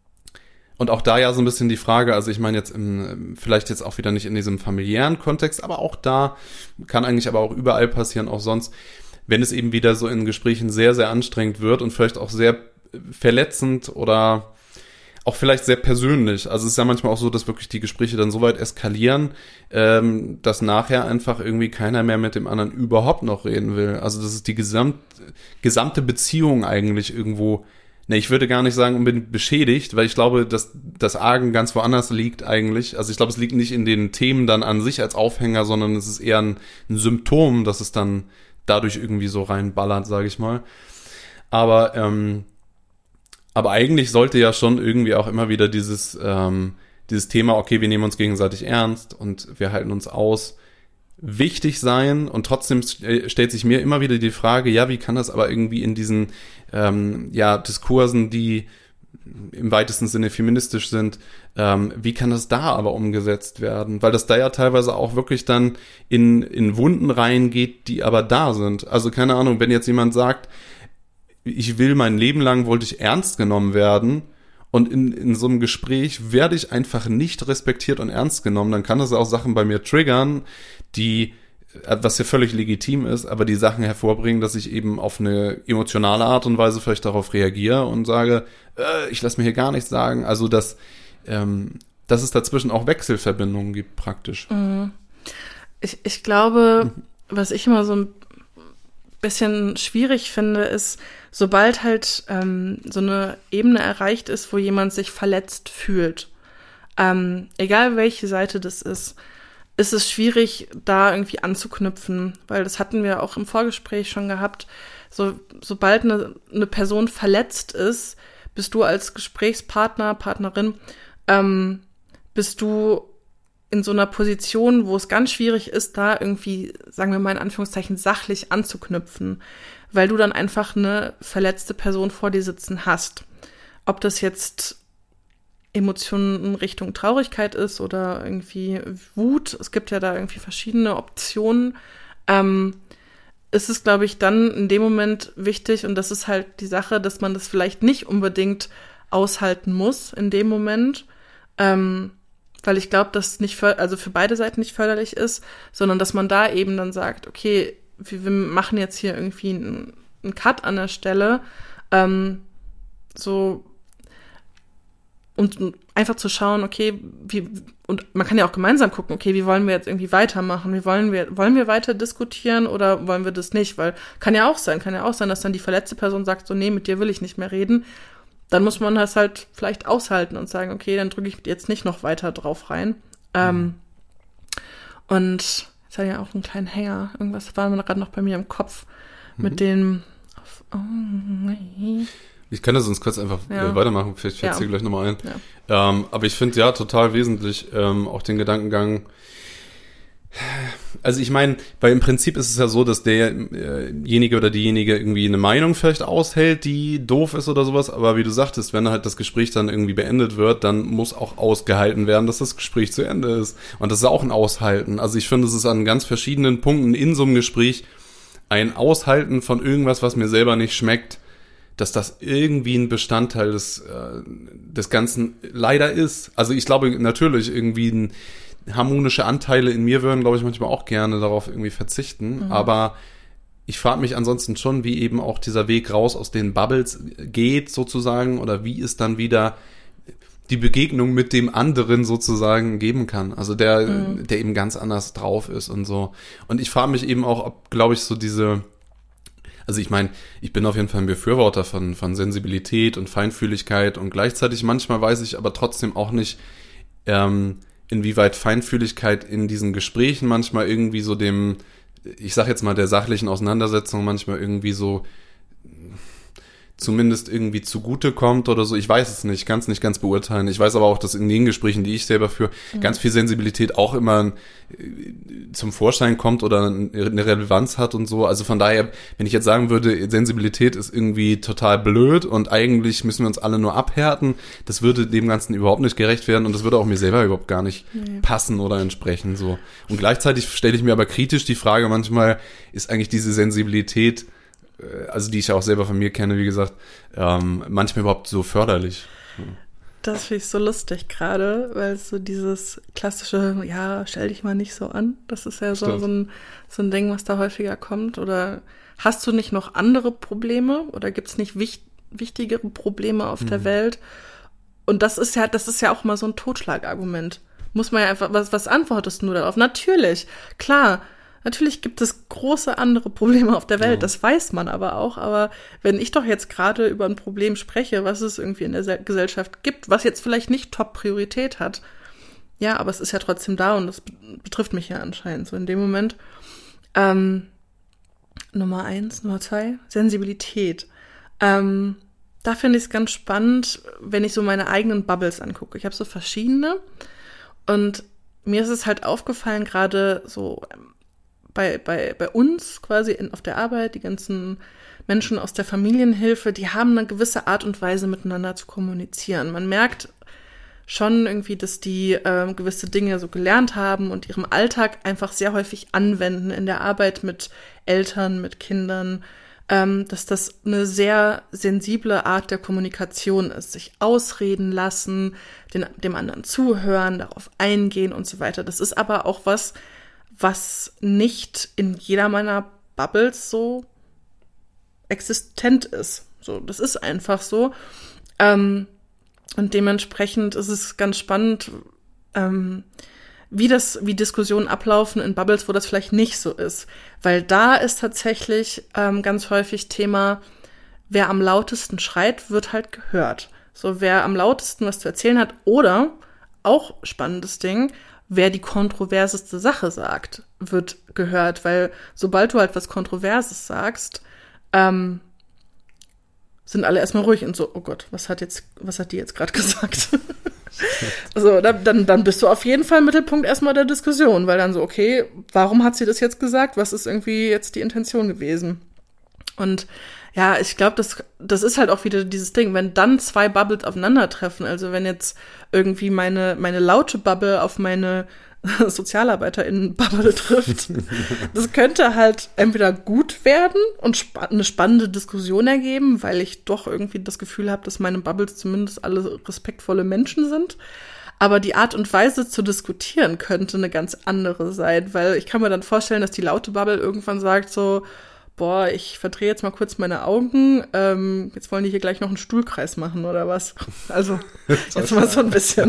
Und auch da ja so ein bisschen die Frage, also ich meine jetzt im, vielleicht jetzt auch wieder nicht in diesem familiären Kontext, aber auch da kann eigentlich aber auch überall passieren, auch sonst, wenn es eben wieder so in Gesprächen sehr, sehr anstrengend wird und vielleicht auch sehr verletzend oder auch vielleicht sehr persönlich. Also es ist ja manchmal auch so, dass wirklich die Gespräche dann so weit eskalieren, ähm, dass nachher einfach irgendwie keiner mehr mit dem anderen überhaupt noch reden will. Also das ist die gesamt, gesamte Beziehung eigentlich irgendwo. Ne, ich würde gar nicht sagen unbedingt beschädigt, weil ich glaube, dass das Argen ganz woanders liegt eigentlich. Also ich glaube, es liegt nicht in den Themen dann an sich als Aufhänger, sondern es ist eher ein, ein Symptom, dass es dann dadurch irgendwie so reinballert, sage ich mal. Aber ähm, aber eigentlich sollte ja schon irgendwie auch immer wieder dieses ähm, dieses Thema, okay, wir nehmen uns gegenseitig ernst und wir halten uns aus, wichtig sein, und trotzdem stellt sich mir immer wieder die Frage, ja, wie kann das aber irgendwie in diesen ähm, ja Diskursen, die im weitesten Sinne feministisch sind, ähm, wie kann das da aber umgesetzt werden? Weil das da ja teilweise auch wirklich dann in in Wunden reingeht, die aber da sind. Also keine Ahnung, wenn jetzt jemand sagt, ich will mein Leben lang, wollte ich ernst genommen werden, und in, in so einem Gespräch werde ich einfach nicht respektiert und ernst genommen, dann kann das auch Sachen bei mir triggern, die, was ja völlig legitim ist, aber die Sachen hervorbringen, dass ich eben auf eine emotionale Art und Weise vielleicht darauf reagiere und sage, äh, ich lasse mir hier gar nichts sagen. Also, dass, ähm, dass es dazwischen auch Wechselverbindungen gibt, praktisch.
Ich, ich glaube, was ich immer so ein bisschen schwierig finde, ist, sobald halt ähm, so eine Ebene erreicht ist, wo jemand sich verletzt fühlt, ähm, egal welche Seite das ist, ist es schwierig, da irgendwie anzuknüpfen, weil das hatten wir auch im Vorgespräch schon gehabt. So, sobald eine, eine Person verletzt ist, bist du als Gesprächspartner, Partnerin, ähm, bist du in so einer Position, wo es ganz schwierig ist, da irgendwie, sagen wir mal in Anführungszeichen, sachlich anzuknüpfen, weil du dann einfach eine verletzte Person vor dir sitzen hast. Ob das jetzt Emotionen in Richtung Traurigkeit ist oder irgendwie Wut, es gibt ja da irgendwie verschiedene Optionen, ähm, ist es, glaube ich, dann in dem Moment wichtig, und das ist halt die Sache, dass man das vielleicht nicht unbedingt aushalten muss in dem Moment, ähm, weil ich glaube, dass nicht für, also für beide Seiten nicht förderlich ist, sondern dass man da eben dann sagt, okay, wir, wir machen jetzt hier irgendwie einen, einen Cut an der Stelle, ähm, so, und einfach zu schauen, okay, wie, und man kann ja auch gemeinsam gucken, okay, wie wollen wir jetzt irgendwie weitermachen? Wie wollen wir, wollen wir weiter diskutieren oder wollen wir das nicht? Weil kann ja auch sein, kann ja auch sein, dass dann die verletzte Person sagt, so, nee, mit dir will ich nicht mehr reden. Dann muss man das halt vielleicht aushalten und sagen, okay, dann drücke ich jetzt nicht noch weiter drauf rein. Mhm. Ähm, und jetzt hatte ich ja auch einen kleinen Hänger. Irgendwas war gerade noch bei mir im Kopf mhm. mit dem oh, nee.
Ich kann das sonst kurz einfach ja. äh, weitermachen, vielleicht fällt es
ja.
dir gleich nochmal ein. Ja. Ähm, aber ich finde ja total wesentlich ähm, auch den Gedankengang. Also ich meine, weil im Prinzip ist es ja so, dass derjenige oder diejenige irgendwie eine Meinung vielleicht aushält, die doof ist oder sowas, aber wie du sagtest, wenn halt das Gespräch dann irgendwie beendet wird, dann muss auch ausgehalten werden, dass das Gespräch zu Ende ist. Und das ist auch ein Aushalten. Also ich finde, es ist an ganz verschiedenen Punkten in so einem Gespräch ein Aushalten von irgendwas, was mir selber nicht schmeckt, dass das irgendwie ein Bestandteil des, äh, des Ganzen leider ist. Also ich glaube natürlich irgendwie ein harmonische Anteile in mir würden, glaube ich, manchmal auch gerne darauf irgendwie verzichten. Mhm. Aber ich frage mich ansonsten schon, wie eben auch dieser Weg raus aus den Bubbles geht sozusagen, oder wie es dann wieder die Begegnung mit dem anderen sozusagen geben kann. Also der, mhm. der eben ganz anders drauf ist und so. Und ich frage mich eben auch, ob, glaube ich, so diese, also ich meine, ich bin auf jeden Fall ein Befürworter von, von Sensibilität und Feinfühligkeit, und gleichzeitig manchmal weiß ich aber trotzdem auch nicht, ähm, inwieweit Feinfühligkeit in diesen Gesprächen manchmal irgendwie so dem, ich sag jetzt mal, der sachlichen Auseinandersetzung manchmal irgendwie so zumindest irgendwie zugutekommt oder so. Ich weiß es nicht, kann es nicht ganz beurteilen. Ich weiß aber auch, dass in den Gesprächen, die ich selber führe, mhm. ganz viel Sensibilität auch immer äh, zum Vorschein kommt oder eine Relevanz hat und so. Also von daher, wenn ich jetzt sagen würde, Sensibilität ist irgendwie total blöd und eigentlich müssen wir uns alle nur abhärten, das würde dem Ganzen überhaupt nicht gerecht werden und das würde auch mir selber überhaupt gar nicht nee. passen oder entsprechen. So. Und gleichzeitig stelle ich mir aber kritisch die Frage manchmal, ist eigentlich diese Sensibilität, also die ich auch selber von mir kenne, wie gesagt, ähm, manchmal überhaupt so förderlich.
Das finde ich so lustig gerade, weil so dieses klassische, ja, stell dich mal nicht so an, das ist ja so, so, ein, so ein Ding, was da häufiger kommt. Oder hast du nicht noch andere Probleme oder gibt es nicht wich- wichtigere Probleme auf mhm. der Welt? Und das ist ja, das ist ja auch mal so ein Totschlagargument. Muss man ja einfach, was, was antwortest du darauf? Natürlich, klar. Natürlich gibt es große andere Probleme auf der Welt, ja. Das weiß man aber auch. Aber wenn ich doch jetzt gerade über ein Problem spreche, was es irgendwie in der Se- Gesellschaft gibt, was jetzt vielleicht nicht Top-Priorität hat, ja, aber es ist ja trotzdem da und das betrifft mich ja anscheinend so in dem Moment. Ähm, Nummer eins, Nummer zwei, Sensibilität. Ähm, da finde ich es ganz spannend, wenn ich so meine eigenen Bubbles angucke. Ich habe so verschiedene und mir ist es halt aufgefallen, gerade so Bei, bei, bei uns quasi in, auf der Arbeit, die ganzen Menschen aus der Familienhilfe, die haben eine gewisse Art und Weise miteinander zu kommunizieren. Man merkt schon irgendwie, dass die ähm, gewisse Dinge so gelernt haben und ihrem Alltag einfach sehr häufig anwenden in der Arbeit mit Eltern, mit Kindern, ähm, dass das eine sehr sensible Art der Kommunikation ist. Sich ausreden lassen, den, dem anderen zuhören, darauf eingehen und so weiter. Das ist aber auch was, was nicht in jeder meiner Bubbles so existent ist. So, das ist einfach so. Ähm, und dementsprechend ist es ganz spannend, ähm, wie das, wie Diskussionen ablaufen in Bubbles, wo das vielleicht nicht so ist. Weil da ist tatsächlich ähm, ganz häufig Thema, wer am lautesten schreit, wird halt gehört. So, wer am lautesten was zu erzählen hat oder, auch spannendes Ding, wer die kontroverseste Sache sagt, wird gehört, weil sobald du halt was Kontroverses sagst, ähm, sind alle erstmal ruhig und so, oh Gott, was hat jetzt, was hat die jetzt gerade gesagt? So, dann, dann bist du auf jeden Fall Mittelpunkt erstmal der Diskussion, weil dann so, okay, warum hat sie das jetzt gesagt? Was ist irgendwie jetzt die Intention gewesen? Und ja, ich glaube, das, das ist halt auch wieder dieses Ding, wenn dann zwei Bubbles aufeinandertreffen, also wenn jetzt irgendwie meine, meine laute Bubble auf meine SozialarbeiterInnen-Bubble trifft, das könnte halt entweder gut werden und spa- eine spannende Diskussion ergeben, weil ich doch irgendwie das Gefühl habe, dass meine Bubbles zumindest alle respektvolle Menschen sind. Aber die Art und Weise zu diskutieren könnte eine ganz andere sein, weil ich kann mir dann vorstellen, dass die laute Bubble irgendwann sagt so, boah, ich verdrehe jetzt mal kurz meine Augen, ähm, jetzt wollen die hier gleich noch einen Stuhlkreis machen oder was. Also jetzt mal so ein bisschen,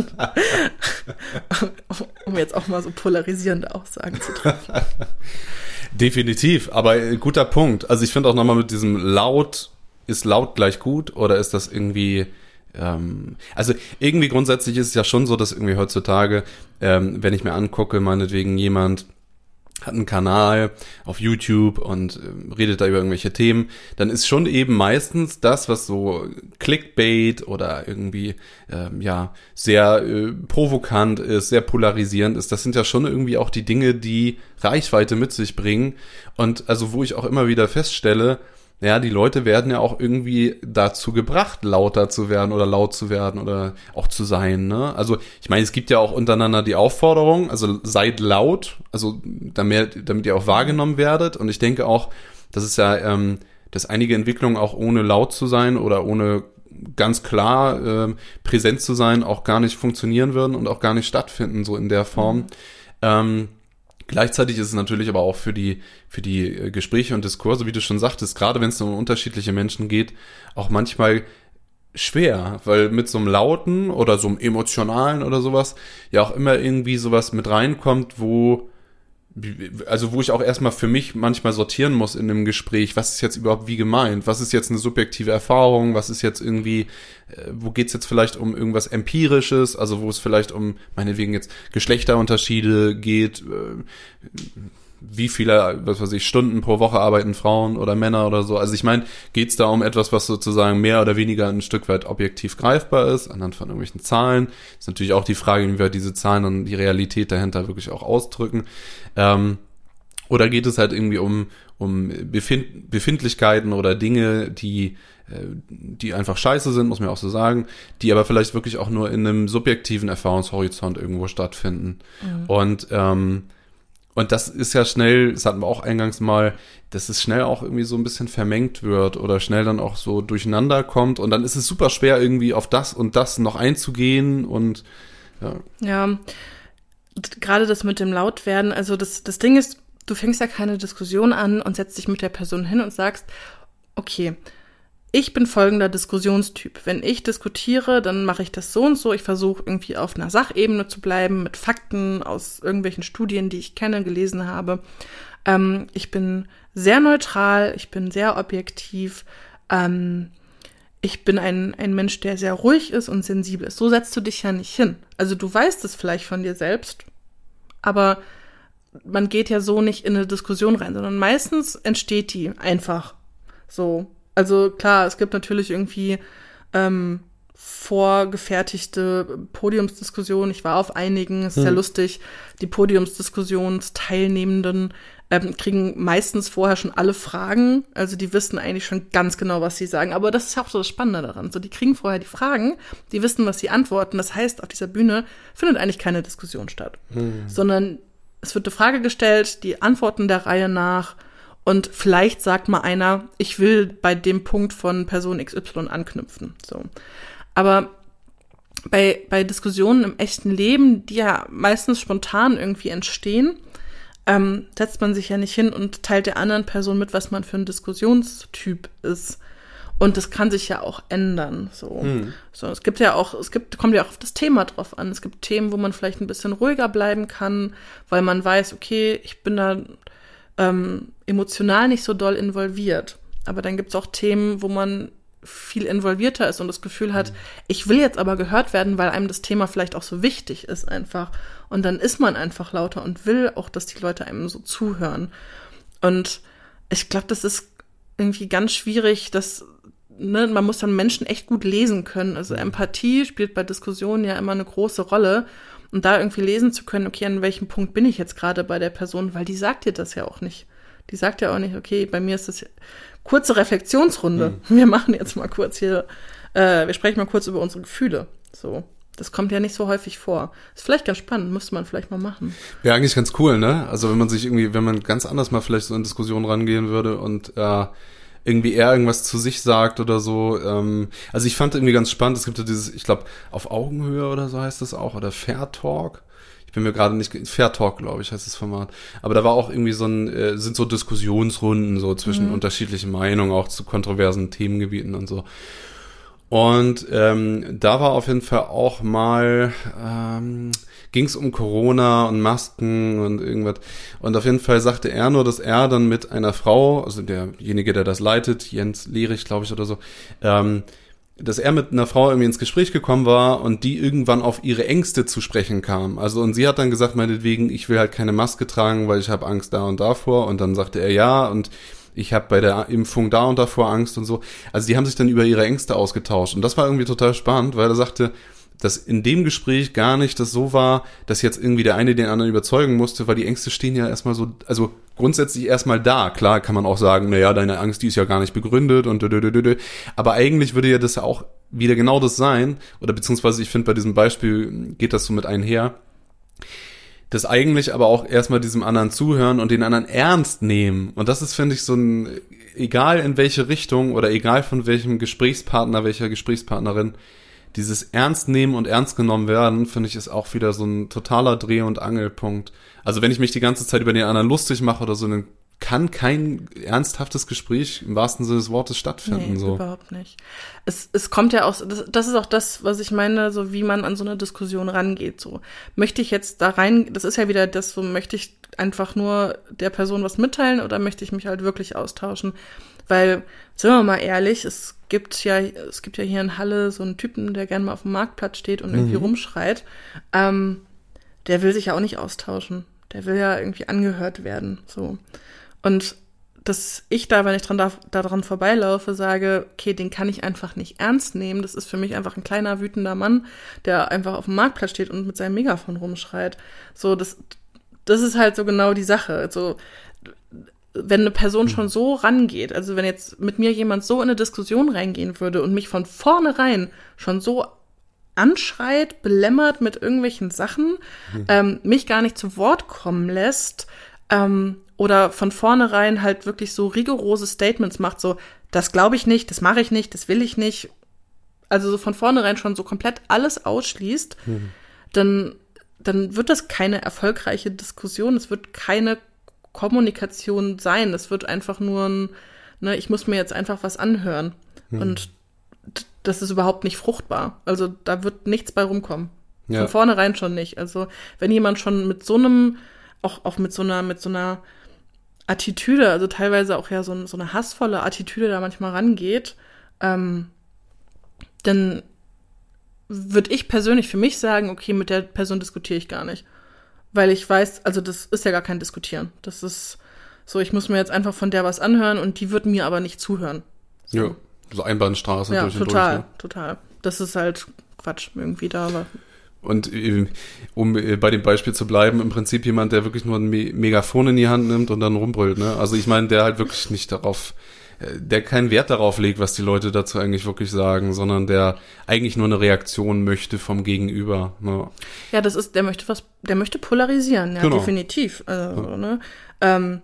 um jetzt auch mal so polarisierende Aussagen zu treffen.
Definitiv, aber guter Punkt. Also ich finde auch nochmal mit diesem laut, ist laut gleich gut oder ist das irgendwie, ähm, also irgendwie grundsätzlich ist es ja schon so, dass irgendwie heutzutage, ähm, wenn ich mir angucke, meinetwegen jemand hat einen Kanal auf YouTube und äh, redet da über irgendwelche Themen, dann ist schon eben meistens das, was so Clickbait oder irgendwie ähm, ja sehr äh, provokant ist, sehr polarisierend ist, das sind ja schon irgendwie auch die Dinge, die Reichweite mit sich bringen und also wo ich auch immer wieder feststelle, ja, die Leute werden ja auch irgendwie dazu gebracht, lauter zu werden oder laut zu werden oder auch zu sein, ne? Also, ich meine, es gibt ja auch untereinander die Aufforderung, also seid laut, also damit, damit ihr auch wahrgenommen werdet. Und ich denke auch, dass es ja, ähm, dass einige Entwicklungen auch ohne laut zu sein oder ohne ganz klar äh, präsent zu sein auch gar nicht funktionieren würden und auch gar nicht stattfinden, so in der Form. Mhm. Ähm, Gleichzeitig ist es natürlich aber auch für die für die Gespräche und Diskurse, wie du schon sagtest, gerade wenn es um unterschiedliche Menschen geht, auch manchmal schwer, weil mit so einem lauten oder so einem emotionalen oder sowas ja auch immer irgendwie sowas mit reinkommt, wo also wo ich auch erstmal für mich manchmal sortieren muss in einem Gespräch, was ist jetzt überhaupt wie gemeint, was ist jetzt eine subjektive Erfahrung, was ist jetzt irgendwie, äh, wo geht's jetzt vielleicht um irgendwas Empirisches, also wo es vielleicht um meinetwegen jetzt Geschlechterunterschiede geht, äh, wie viele, was weiß ich, Stunden pro Woche arbeiten Frauen oder Männer oder so. Also ich meine, geht es da um etwas, was sozusagen mehr oder weniger ein Stück weit objektiv greifbar ist, anhand von irgendwelchen Zahlen. Ist natürlich auch die Frage, wie wir diese Zahlen und die Realität dahinter wirklich auch ausdrücken. Ähm, oder geht es halt irgendwie um, um Befind- Befindlichkeiten oder Dinge, die die einfach scheiße sind, muss man auch so sagen, die aber vielleicht wirklich auch nur in einem subjektiven Erfahrungshorizont irgendwo stattfinden. Mhm. Und ähm, und das ist ja schnell, das hatten wir auch eingangs mal, dass es schnell auch irgendwie so ein bisschen vermengt wird oder schnell dann auch so durcheinander kommt und dann ist es super schwer irgendwie auf das und das noch einzugehen und ja.
Ja, gerade das mit dem Lautwerden, also das, das Ding ist, du fängst ja keine Diskussion an und setzt dich mit der Person hin und sagst, okay, ich bin folgender Diskussionstyp. Wenn ich diskutiere, dann mache ich das so und so. Ich versuche irgendwie auf einer Sachebene zu bleiben, mit Fakten aus irgendwelchen Studien, die ich kenne, gelesen habe. Ähm, ich bin sehr neutral, ich bin sehr objektiv. Ähm, ich bin ein, ein Mensch, der sehr ruhig ist und sensibel ist. So setzt du dich ja nicht hin. Also du weißt es vielleicht von dir selbst, aber man geht ja so nicht in eine Diskussion rein, sondern meistens entsteht die einfach so. Also klar, es gibt natürlich irgendwie ähm, vorgefertigte Podiumsdiskussionen. Ich war auf einigen, es ist sehr hm. lustig. Die Podiumsdiskussionsteilnehmenden ähm, kriegen meistens vorher schon alle Fragen. Also die wissen eigentlich schon ganz genau, was sie sagen. Aber das ist ja auch so das Spannende daran. So, die kriegen vorher die Fragen, die wissen, was sie antworten. Das heißt, auf dieser Bühne findet eigentlich keine Diskussion statt. Hm. Sondern es wird eine Frage gestellt, die antworten der Reihe nach. Und vielleicht sagt mal einer, ich will bei dem Punkt von Person X Y anknüpfen. So. Aber bei, bei Diskussionen im echten Leben, die ja meistens spontan irgendwie entstehen, ähm, setzt man sich ja nicht hin und teilt der anderen Person mit, was man für ein Diskussionstyp ist. Und das kann sich ja auch ändern. So. Hm. So, es gibt ja auch, es gibt, kommt ja auch auf das Thema drauf an. Es gibt Themen, wo man vielleicht ein bisschen ruhiger bleiben kann, weil man weiß, okay, ich bin da Ähm, emotional nicht so doll involviert. Aber dann gibt's auch Themen, wo man viel involvierter ist und das Gefühl hat, mhm. ich will jetzt aber gehört werden, weil einem das Thema vielleicht auch so wichtig ist einfach. Und dann ist man einfach lauter und will auch, dass die Leute einem so zuhören. Und ich glaube, das ist irgendwie ganz schwierig, dass, ne, man muss dann Menschen echt gut lesen können. Also Empathie spielt bei Diskussionen ja immer eine große Rolle. Und da irgendwie lesen zu können, okay, an welchem Punkt bin ich jetzt gerade bei der Person, weil die sagt dir das ja auch nicht. Die sagt ja auch nicht, okay, bei mir ist das kurze Reflexionsrunde. Hm. Wir machen jetzt mal kurz hier, äh, wir sprechen mal kurz über unsere Gefühle. So, das kommt ja nicht so häufig vor. Ist vielleicht ganz spannend, müsste man vielleicht mal machen.
Ja, eigentlich ganz cool, ne? Also wenn man sich irgendwie, wenn man ganz anders mal vielleicht so in Diskussionen rangehen würde und äh, irgendwie eher irgendwas zu sich sagt oder so. Ähm, also ich fand irgendwie ganz spannend, es gibt ja dieses, ich glaube, auf Augenhöhe oder so heißt das auch, oder Fair Talk. Ich bin mir gerade nicht, Fair Talk, glaube ich, heißt das Format. Aber da war auch irgendwie so ein, äh, sind so Diskussionsrunden so zwischen mhm. unterschiedlichen Meinungen, auch zu kontroversen Themengebieten und so. Und ähm, da war auf jeden Fall auch mal, ähm, ging es um Corona und Masken und irgendwas. Und auf jeden Fall sagte er nur, dass er dann mit einer Frau, also derjenige, der das leitet, Jens Lehrich, glaube ich, oder so, ähm, dass er mit einer Frau irgendwie ins Gespräch gekommen war und die irgendwann auf ihre Ängste zu sprechen kam. Also und sie hat dann gesagt, meinetwegen, ich will halt keine Maske tragen, weil ich habe Angst da und davor. Und dann sagte er ja und ich habe bei der Impfung da und davor Angst und so. Also die haben sich dann über ihre Ängste ausgetauscht. Und das war irgendwie total spannend, weil er sagte, dass in dem Gespräch gar nicht das so war, dass jetzt irgendwie der eine den anderen überzeugen musste, weil die Ängste stehen ja erstmal so, also grundsätzlich erstmal da. Klar kann man auch sagen, naja, deine Angst, die ist ja gar nicht begründet und dödödödö. Aber eigentlich würde ja das ja auch wieder genau das sein, oder beziehungsweise ich finde, bei diesem Beispiel geht das so mit einher, das eigentlich aber auch erstmal diesem anderen zuhören und den anderen ernst nehmen. Und das ist, finde ich, so ein, egal in welche Richtung oder egal von welchem Gesprächspartner, welcher Gesprächspartnerin, dieses Ernst nehmen und ernst genommen werden, finde ich, ist auch wieder so ein totaler Dreh- und Angelpunkt. Also wenn ich mich die ganze Zeit über den anderen lustig mache oder so, dann kann kein ernsthaftes Gespräch im wahrsten Sinne des Wortes stattfinden.
Nee,
so.
Überhaupt nicht. Es, es kommt ja auch, das, das ist auch das, was ich meine, so wie man an so eine Diskussion rangeht. So möchte ich jetzt da rein, das ist ja wieder das, so möchte ich einfach nur der Person was mitteilen oder möchte ich mich halt wirklich austauschen? Weil, sind wir mal ehrlich, es gibt ja, es gibt ja hier in Halle so einen Typen, der gerne mal auf dem Marktplatz steht und irgendwie mhm. rumschreit. Ähm, der will sich ja auch nicht austauschen. der will ja irgendwie angehört werden, so. Und dass ich da, wenn ich dran da, daran vorbeilaufe, sage, okay, den kann ich einfach nicht ernst nehmen. Das ist für mich einfach ein kleiner, wütender Mann, der einfach auf dem Marktplatz steht und mit seinem Megafon rumschreit. So, das, das ist halt so genau die Sache. Also, wenn eine Person schon so rangeht, also wenn jetzt mit mir jemand so in eine Diskussion reingehen würde und mich von vornherein schon so anschreit, belämmert mit irgendwelchen Sachen, mhm. ähm, mich gar nicht zu Wort kommen lässt, ähm, oder von vornherein halt wirklich so rigorose Statements macht, so, das glaube ich nicht, das mache ich nicht, das will ich nicht, also so von vornherein schon so komplett alles ausschließt, mhm. dann, dann wird das keine erfolgreiche Diskussion, es wird keine Kommunikation sein, es wird einfach nur ein, ne, ich muss mir jetzt einfach was anhören mhm. und das ist überhaupt nicht fruchtbar, also da wird nichts bei rumkommen, ja. Von vornherein schon nicht, also wenn jemand schon mit so einem, auch, auch mit so einer, mit so einer Attitüde, also teilweise auch ja so, so eine hassvolle Attitüde da manchmal rangeht, ähm, dann würde ich persönlich für mich sagen, okay, mit der Person diskutiere ich gar nicht. Weil ich weiß, also das ist ja gar kein Diskutieren. Das ist so, ich muss mir jetzt einfach von der was anhören und die wird mir aber nicht zuhören. So.
Ja, so Einbahnstraße
ja,
durch und
total,
durch. Ja,
total, total. Das ist halt Quatsch irgendwie da, aber...
Und um bei dem Beispiel zu bleiben, im Prinzip jemand, der wirklich nur ein Me- Megafon in die Hand nimmt und dann rumbrüllt, ne? Also ich meine, der halt wirklich nicht darauf, der keinen Wert darauf legt, was die Leute dazu eigentlich wirklich sagen, sondern der eigentlich nur eine Reaktion möchte vom Gegenüber, ne?
Ja, das ist, der möchte was, der möchte polarisieren, ja, genau. Definitiv. Also, ja. Ne? Ähm,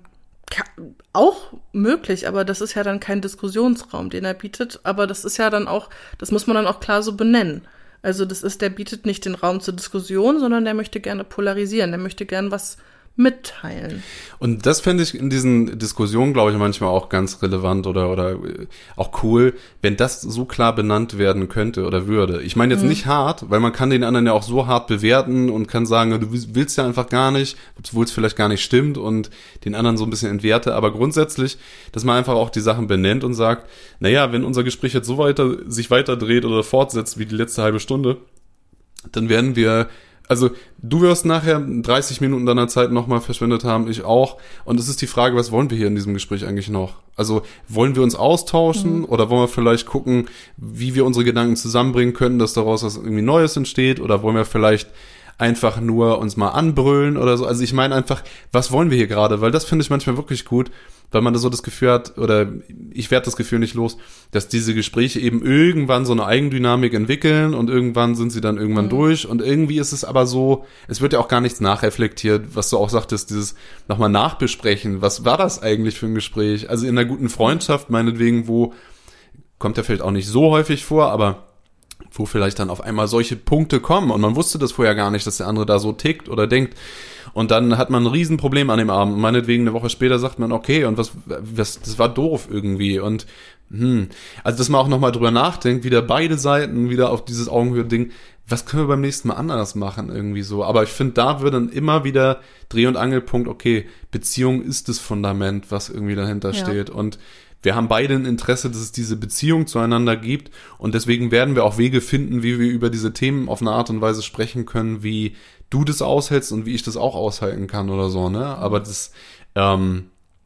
auch möglich, aber das ist ja dann kein Diskussionsraum, den er bietet, aber das ist ja dann auch, das muss man dann auch klar so benennen. Also das ist, der bietet nicht den Raum zur Diskussion, sondern der möchte gerne polarisieren, der möchte gerne was mitteilen.
Und das fände ich in diesen Diskussionen, glaube ich, manchmal auch ganz relevant oder oder auch cool, wenn das so klar benannt werden könnte oder würde. Ich meine jetzt mhm. nicht hart, weil man kann den anderen ja auch so hart bewerten und kann sagen, du willst ja einfach gar nicht, obwohl es vielleicht gar nicht stimmt und den anderen so ein bisschen entwerte. Aber grundsätzlich, dass man einfach auch die Sachen benennt und sagt, naja, wenn unser Gespräch jetzt so weiter sich weiter dreht oder fortsetzt wie die letzte halbe Stunde, dann werden wir Also du wirst nachher dreißig Minuten deiner Zeit nochmal verschwendet haben, ich auch. Und es ist die Frage, was wollen wir hier in diesem Gespräch eigentlich noch? Also wollen wir uns austauschen mhm. oder wollen wir vielleicht gucken, wie wir unsere Gedanken zusammenbringen können, dass daraus was irgendwie Neues entsteht? Oder wollen wir vielleicht einfach nur uns mal anbrüllen oder so? Also ich meine einfach, was wollen wir hier gerade? Weil das finde ich manchmal wirklich gut, weil man da so das Gefühl hat, oder ich werde das Gefühl nicht los, dass diese Gespräche eben irgendwann so eine Eigendynamik entwickeln und irgendwann sind sie dann irgendwann mhm. durch und irgendwie ist es aber so, es wird ja auch gar nichts nachreflektiert, was du auch sagtest, dieses nochmal nachbesprechen, was war das eigentlich für ein Gespräch? Also in einer guten Freundschaft meinetwegen, wo, kommt ja vielleicht auch nicht so häufig vor, aber wo vielleicht dann auf einmal solche Punkte kommen und man wusste das vorher gar nicht, dass der andere da so tickt oder denkt. Und dann hat man ein Riesenproblem an dem Abend. Meinetwegen eine Woche später sagt man, okay, und was, was, das war doof irgendwie. Und hm, also dass man auch nochmal drüber nachdenkt, wieder beide Seiten wieder auf dieses Augenhöhe-Ding, was können wir beim nächsten Mal anders machen irgendwie so. Aber ich finde, da wird dann immer wieder Dreh- und Angelpunkt, okay, Beziehung ist das Fundament, was irgendwie dahinter ja. steht. Und wir haben beide ein Interesse, dass es diese Beziehung zueinander gibt und deswegen werden wir auch Wege finden, wie wir über diese Themen auf eine Art und Weise sprechen können, wie du das aushältst und wie ich das auch aushalten kann oder so, ne? Aber das, ähm,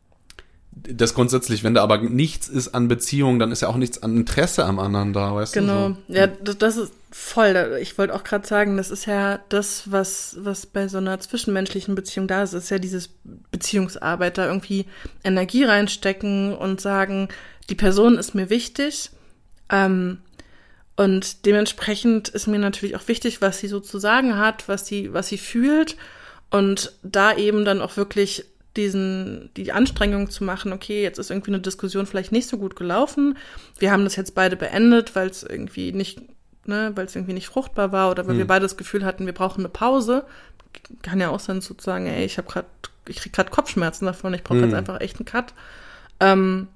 das grundsätzlich, wenn da aber nichts ist an Beziehung, dann ist ja auch nichts an Interesse am anderen da, weißt
genau.
du? Genau,
so. Ja, das ist voll. Ich wollte auch gerade sagen, das ist ja das, was was bei so einer zwischenmenschlichen Beziehung da ist, ist ja dieses Beziehungsarbeit, da irgendwie Energie reinstecken und sagen, die Person ist mir wichtig, ähm, und dementsprechend ist mir natürlich auch wichtig, was sie so zu sagen hat, was sie was sie fühlt und da eben dann auch wirklich diesen, die Anstrengung zu machen, okay, jetzt ist irgendwie eine Diskussion vielleicht nicht so gut gelaufen. Wir haben das jetzt beide beendet, weil es irgendwie nicht, ne, weil es irgendwie nicht fruchtbar war oder weil hm. wir beide das Gefühl hatten, wir brauchen eine Pause. Kann ja auch sein, sozusagen, ey, ich habe gerade, ich krieg gerade Kopfschmerzen davon, ich brauche hm. jetzt einfach echt einen Cut. Ähm,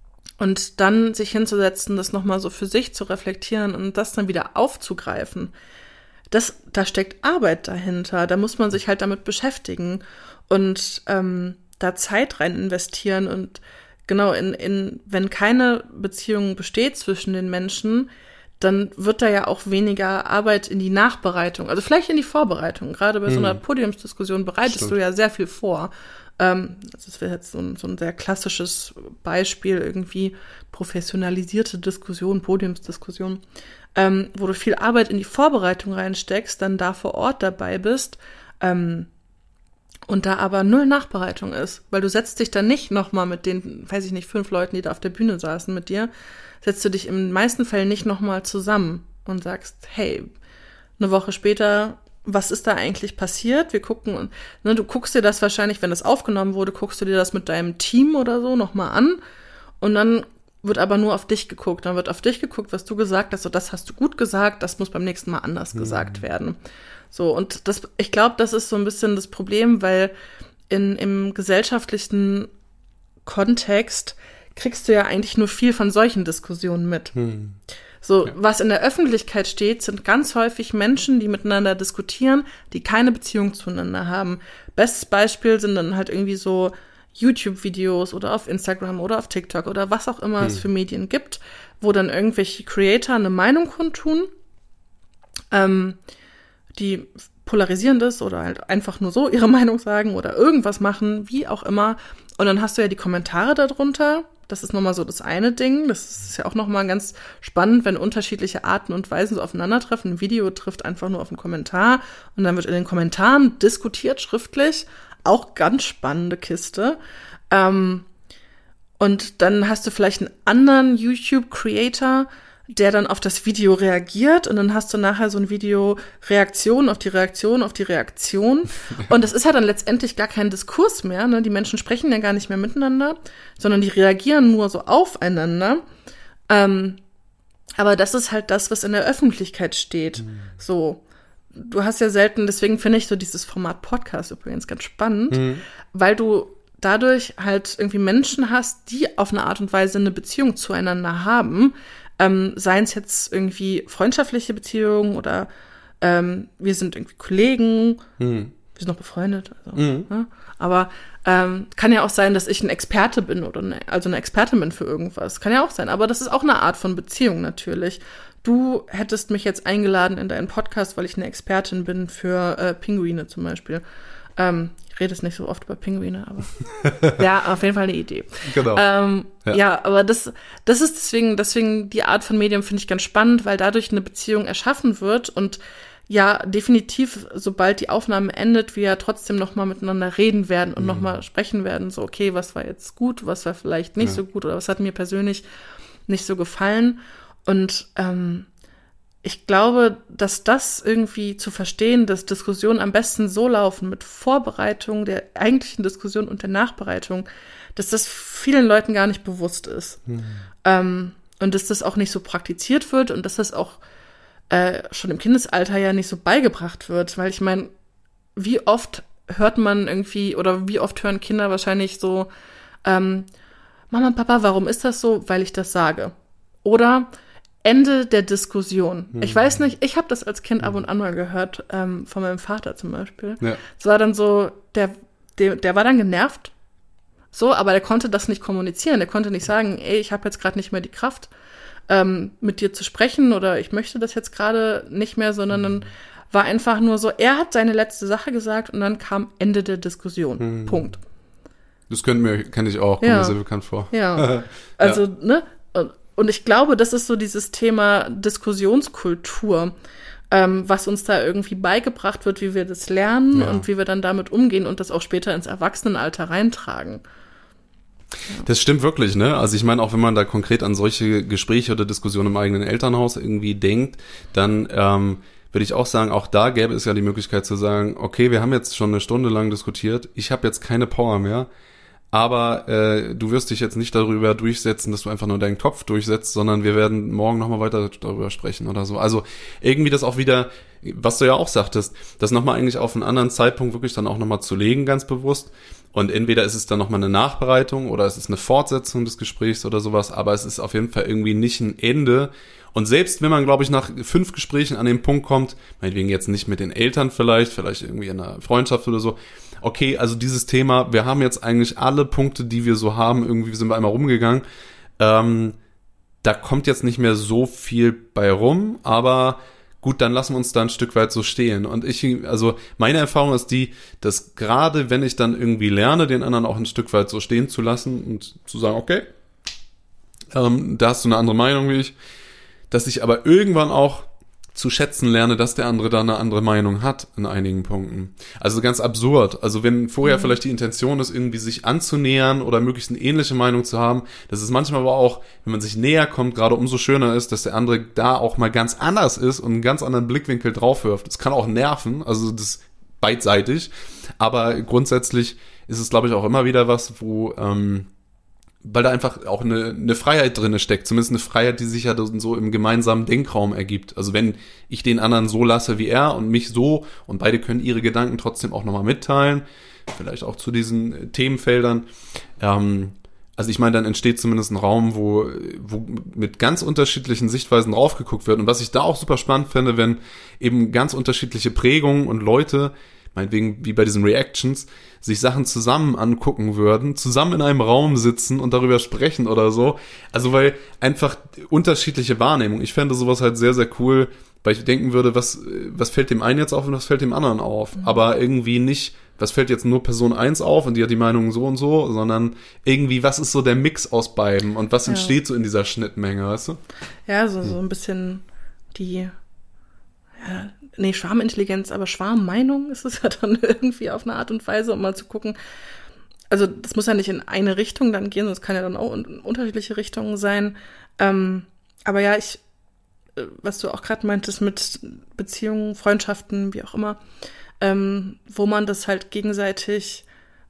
und dann sich hinzusetzen, das nochmal so für sich zu reflektieren und das dann wieder aufzugreifen. Das, da steckt Arbeit dahinter, da muss man sich halt damit beschäftigen und ähm, da Zeit rein investieren und genau, in, in wenn keine Beziehung besteht zwischen den Menschen, dann wird da ja auch weniger Arbeit in die Nachbereitung, also vielleicht in die Vorbereitung. Gerade bei hm. so einer Podiumsdiskussion bereitest Stimmt. du ja sehr viel vor. Ähm, das wäre jetzt so ein, so ein sehr klassisches Beispiel, irgendwie professionalisierte Diskussion, Podiumsdiskussion, ähm, wo du viel Arbeit in die Vorbereitung reinsteckst, dann da vor Ort dabei bist, ähm, und da aber null Nachbereitung ist, weil du setzt dich dann nicht nochmal mit den, weiß ich nicht, fünf Leuten, die da auf der Bühne saßen mit dir, setzt du dich in den meisten Fällen nicht nochmal zusammen und sagst, hey, eine Woche später, was ist da eigentlich passiert? Wir gucken, und ne, du guckst dir das wahrscheinlich, wenn das aufgenommen wurde, guckst du dir das mit deinem Team oder so nochmal an und dann wird aber nur auf dich geguckt. Dann wird auf dich geguckt, was du gesagt hast, so das hast du gut gesagt, das muss beim nächsten Mal anders mhm. gesagt werden. So, und das, ich glaube, das ist so ein bisschen das Problem, weil in, im gesellschaftlichen Kontext kriegst du ja eigentlich nur viel von solchen Diskussionen mit. Hm. So, ja. Was in der Öffentlichkeit steht, sind ganz häufig Menschen, die miteinander diskutieren, die keine Beziehung zueinander haben. Bestes Beispiel sind dann halt irgendwie so YouTube-Videos oder auf Instagram oder auf TikTok oder was auch immer hm. es für Medien gibt, wo dann irgendwelche Creator eine Meinung kundtun, ähm, die polarisierend ist oder halt einfach nur so ihre Meinung sagen oder irgendwas machen, wie auch immer. Und dann hast du ja die Kommentare darunter. Das ist nochmal so das eine Ding. Das ist ja auch nochmal ganz spannend, wenn unterschiedliche Arten und Weisen so aufeinandertreffen. Ein Video trifft einfach nur auf einen Kommentar und dann wird in den Kommentaren diskutiert, schriftlich. Auch ganz spannende Kiste. Ähm, und dann hast du vielleicht einen anderen YouTube-Creator, der dann auf das Video reagiert und dann hast du nachher so ein Video Reaktion auf die Reaktion auf die Reaktion und das ist ja dann letztendlich gar kein Diskurs mehr, ne? Die Menschen sprechen ja gar nicht mehr miteinander, sondern die reagieren nur so aufeinander. Ähm, aber das ist halt das, was in der Öffentlichkeit steht. Mhm. So, du hast ja selten, deswegen finde ich so dieses Format Podcast übrigens ganz spannend, mhm. weil du dadurch halt irgendwie Menschen hast, die auf eine Art und Weise eine Beziehung zueinander haben, Ähm, seien es jetzt irgendwie freundschaftliche Beziehungen oder ähm, wir sind irgendwie Kollegen, mhm. wir sind noch befreundet. Also, mhm. ne? Aber ähm, kann ja auch sein, dass ich ein Experte bin oder eine, also eine Expertin bin für irgendwas. Kann ja auch sein, aber das ist auch eine Art von Beziehung natürlich. Du hättest mich jetzt eingeladen in deinen Podcast, weil ich eine Expertin bin für äh, Pinguine zum Beispiel. Ähm, ich rede jetzt nicht so oft über Pinguine, aber ja, auf jeden Fall eine Idee. Genau. Ähm, ja. ja, aber das, das ist deswegen, deswegen die Art von Medium finde ich ganz spannend, weil dadurch eine Beziehung erschaffen wird und ja, definitiv, sobald die Aufnahme endet, wir ja trotzdem nochmal miteinander reden werden und mhm. nochmal sprechen werden, so okay, was war jetzt gut, was war vielleicht nicht ja. so gut oder was hat mir persönlich nicht so gefallen und ähm, ich glaube, dass das irgendwie zu verstehen, dass Diskussionen am besten so laufen mit Vorbereitung der eigentlichen Diskussion und der Nachbereitung, dass das vielen Leuten gar nicht bewusst ist. Mhm. Ähm, und dass das auch nicht so praktiziert wird und dass das auch äh, schon im Kindesalter ja nicht so beigebracht wird. Weil ich meine, wie oft hört man irgendwie oder wie oft hören Kinder wahrscheinlich so, ähm, Mama, Papa, warum ist das so? Weil ich das sage. Oder Ende der Diskussion. Hm. Ich weiß nicht, ich habe das als Kind ab und an mal gehört, ähm, von meinem Vater zum Beispiel. Ja. Es war dann so, der, der, der war dann genervt, so, aber der konnte das nicht kommunizieren. Der konnte nicht sagen, ey, ich habe jetzt gerade nicht mehr die Kraft, ähm, mit dir zu sprechen oder ich möchte das jetzt gerade nicht mehr, sondern dann war einfach nur so, er hat seine letzte Sache gesagt und dann kam Ende der Diskussion. Hm. Punkt.
Das könnte mir, kenne ich auch, kommt
ja.
mir sehr bekannt vor.
Ja, also, ja. ne, und ich glaube, das ist so dieses Thema Diskussionskultur, ähm, was uns da irgendwie beigebracht wird, wie wir das lernen ja. und wie wir dann damit umgehen und das auch später ins Erwachsenenalter reintragen. Ja.
Das stimmt wirklich, ne? Also ich meine, auch wenn man da konkret an solche Gespräche oder Diskussionen im eigenen Elternhaus irgendwie denkt, dann ähm, würde ich auch sagen, auch da gäbe es ja die Möglichkeit zu sagen, okay, wir haben jetzt schon eine Stunde lang diskutiert, ich habe jetzt keine Power mehr, aber äh, du wirst dich jetzt nicht darüber durchsetzen, dass du einfach nur deinen Kopf durchsetzt, sondern wir werden morgen nochmal weiter darüber sprechen oder so. Also irgendwie das auch wieder, was du ja auch sagtest, das nochmal eigentlich auf einen anderen Zeitpunkt wirklich dann auch nochmal zu legen, ganz bewusst. Und entweder ist es dann nochmal eine Nachbereitung oder es ist eine Fortsetzung des Gesprächs oder sowas, aber es ist auf jeden Fall irgendwie nicht ein Ende. Und selbst wenn man, glaube ich, nach fünf Gesprächen an den Punkt kommt, meinetwegen jetzt nicht mit den Eltern vielleicht, vielleicht irgendwie in einer Freundschaft oder so, okay, also dieses Thema, wir haben jetzt eigentlich alle Punkte, die wir so haben, irgendwie sind wir einmal rumgegangen. Ähm, da kommt jetzt nicht mehr so viel bei rum, aber gut, dann lassen wir uns da ein Stück weit so stehen. Und ich, also meine Erfahrung ist die, dass gerade wenn ich dann irgendwie lerne, den anderen auch ein Stück weit so stehen zu lassen und zu sagen, okay, ähm, da hast du eine andere Meinung wie ich, dass ich aber irgendwann auch zu schätzen lerne, dass der andere da eine andere Meinung hat in einigen Punkten. Also ganz absurd. Also wenn vorher mhm. vielleicht die Intention ist, irgendwie sich anzunähern oder möglichst eine ähnliche Meinung zu haben, dass es manchmal aber auch, wenn man sich näher kommt, gerade umso schöner ist, dass der andere da auch mal ganz anders ist und einen ganz anderen Blickwinkel drauf wirft. Das kann auch nerven, also das ist beidseitig, aber grundsätzlich ist es, glaube ich, auch immer wieder was, wo ähm, weil da einfach auch eine, eine Freiheit drinne steckt, zumindest eine Freiheit, die sich ja so im gemeinsamen Denkraum ergibt. Also wenn ich den anderen so lasse wie er und mich so und beide können ihre Gedanken trotzdem auch nochmal mitteilen, vielleicht auch zu diesen Themenfeldern. Ähm, also ich meine, dann entsteht zumindest ein Raum, wo, wo mit ganz unterschiedlichen Sichtweisen draufgeguckt wird. Und was ich da auch super spannend finde, wenn eben ganz unterschiedliche Prägungen und Leute, meinetwegen wie bei diesen Reactions, sich Sachen zusammen angucken würden, zusammen in einem Raum sitzen und darüber sprechen oder so. Also weil einfach unterschiedliche Wahrnehmung. Ich fände sowas halt sehr, sehr cool, weil ich denken würde, was, was fällt dem einen jetzt auf und was fällt dem anderen auf. Mhm. Aber irgendwie nicht, was fällt jetzt nur Person eins auf und die hat die Meinung so und so, sondern irgendwie, was ist so der Mix aus beiden und was entsteht ja. so in dieser Schnittmenge, weißt du?
Ja, so, so ein bisschen die... Ja, nee, Schwarmintelligenz, aber Schwarmmeinung ist es ja dann irgendwie auf eine Art und Weise, um mal zu gucken. Also das muss ja nicht in eine Richtung dann gehen, das kann ja dann auch in unterschiedliche Richtungen sein. Ähm, aber ja, ich, was du auch gerade meintest mit Beziehungen, Freundschaften, wie auch immer, ähm, wo man das halt gegenseitig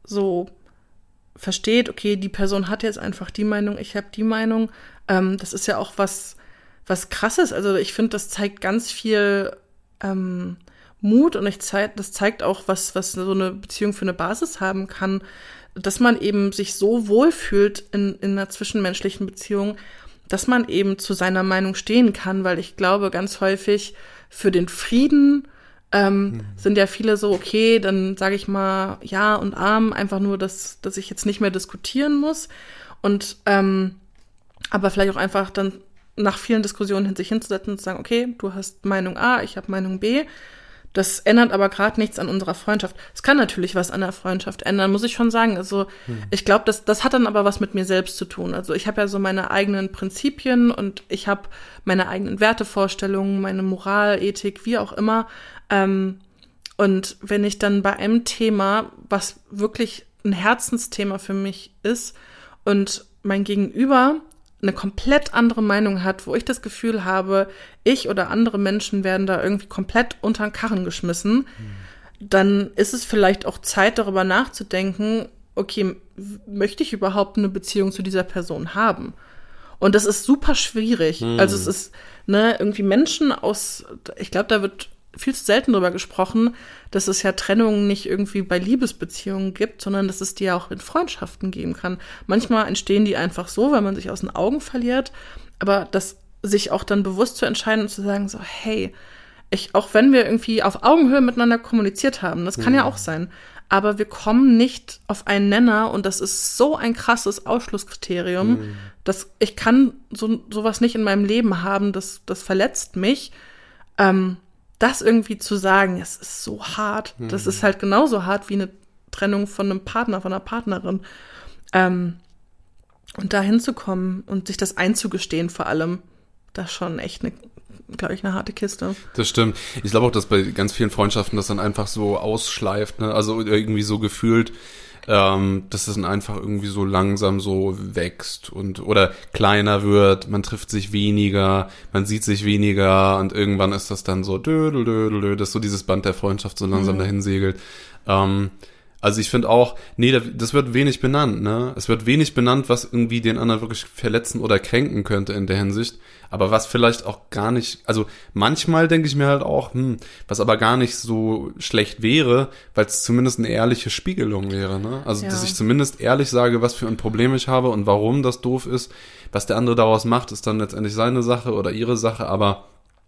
so versteht, okay, die Person hat jetzt einfach die Meinung, ich habe die Meinung. Ähm, das ist ja auch was was Krasses. Also ich finde, das zeigt ganz viel ähm, Mut und ich zeig, das zeigt auch, was, was so eine Beziehung für eine Basis haben kann, dass man eben sich so wohlfühlt in, in einer zwischenmenschlichen Beziehung, dass man eben zu seiner Meinung stehen kann, weil ich glaube, ganz häufig für den Frieden ähm, mhm. sind ja viele so, okay, dann sage ich mal Ja und Arm, einfach nur, dass, dass ich jetzt nicht mehr diskutieren muss und ähm, aber vielleicht auch einfach dann nach vielen Diskussionen sich hinzusetzen und zu sagen, okay, du hast Meinung A, ich habe Meinung B. Das ändert aber gerade nichts an unserer Freundschaft. Es kann natürlich was an der Freundschaft ändern, muss ich schon sagen. Also hm. ich glaube, das, das hat dann aber was mit mir selbst zu tun. Also ich habe ja so meine eigenen Prinzipien und ich habe meine eigenen Wertevorstellungen, meine Moral, Ethik, wie auch immer. Ähm, und wenn ich dann bei einem Thema, was wirklich ein Herzensthema für mich ist und mein Gegenüber eine komplett andere Meinung hat, wo ich das Gefühl habe, ich oder andere Menschen werden da irgendwie komplett unter den Karren geschmissen, mhm. dann ist es vielleicht auch Zeit, darüber nachzudenken, okay, möchte ich überhaupt eine Beziehung zu dieser Person haben? Und das ist super schwierig. Mhm. Also es ist, ne, irgendwie Menschen aus, ich glaube, da wird viel zu selten drüber gesprochen, dass es ja Trennungen nicht irgendwie bei Liebesbeziehungen gibt, sondern dass es die ja auch in Freundschaften geben kann. Manchmal entstehen die einfach so, weil man sich aus den Augen verliert, aber das sich auch dann bewusst zu entscheiden und zu sagen so, hey, ich, auch wenn wir irgendwie auf Augenhöhe miteinander kommuniziert haben, das kann ja, ja auch sein, aber wir kommen nicht auf einen Nenner und das ist so ein krasses Ausschlusskriterium, mhm. dass ich kann so sowas nicht in meinem Leben haben, das, das verletzt mich, ähm, das irgendwie zu sagen, es ist so hart. Mhm. Das ist halt genauso hart wie eine Trennung von einem Partner, von einer Partnerin. Ähm, und da hinzukommen und sich das einzugestehen vor allem, das ist schon echt, eine, glaube ich, eine harte Kiste. Das
stimmt. Ich glaube auch, dass bei ganz vielen Freundschaften das dann einfach so ausschleift, ne? Also irgendwie so gefühlt, ähm, dass es dann einfach irgendwie so langsam so wächst und oder kleiner wird, man trifft sich weniger, man sieht sich weniger und irgendwann ist das dann so dödel, dödel, dödel, dass so dieses Band der Freundschaft so langsam mhm. dahin segelt. Ähm, also ich finde auch, nee, das wird wenig benannt, ne? Es wird wenig benannt, was irgendwie den anderen wirklich verletzen oder kränken könnte in der Hinsicht. Aber was vielleicht auch gar nicht, also manchmal denke ich mir halt auch, hm, was aber gar nicht so schlecht wäre, weil es zumindest eine ehrliche Spiegelung wäre, ne? Also, ja. dass ich zumindest ehrlich sage, was für ein Problem ich habe und warum das doof ist. Was der andere daraus macht, ist dann letztendlich seine Sache oder ihre Sache, aber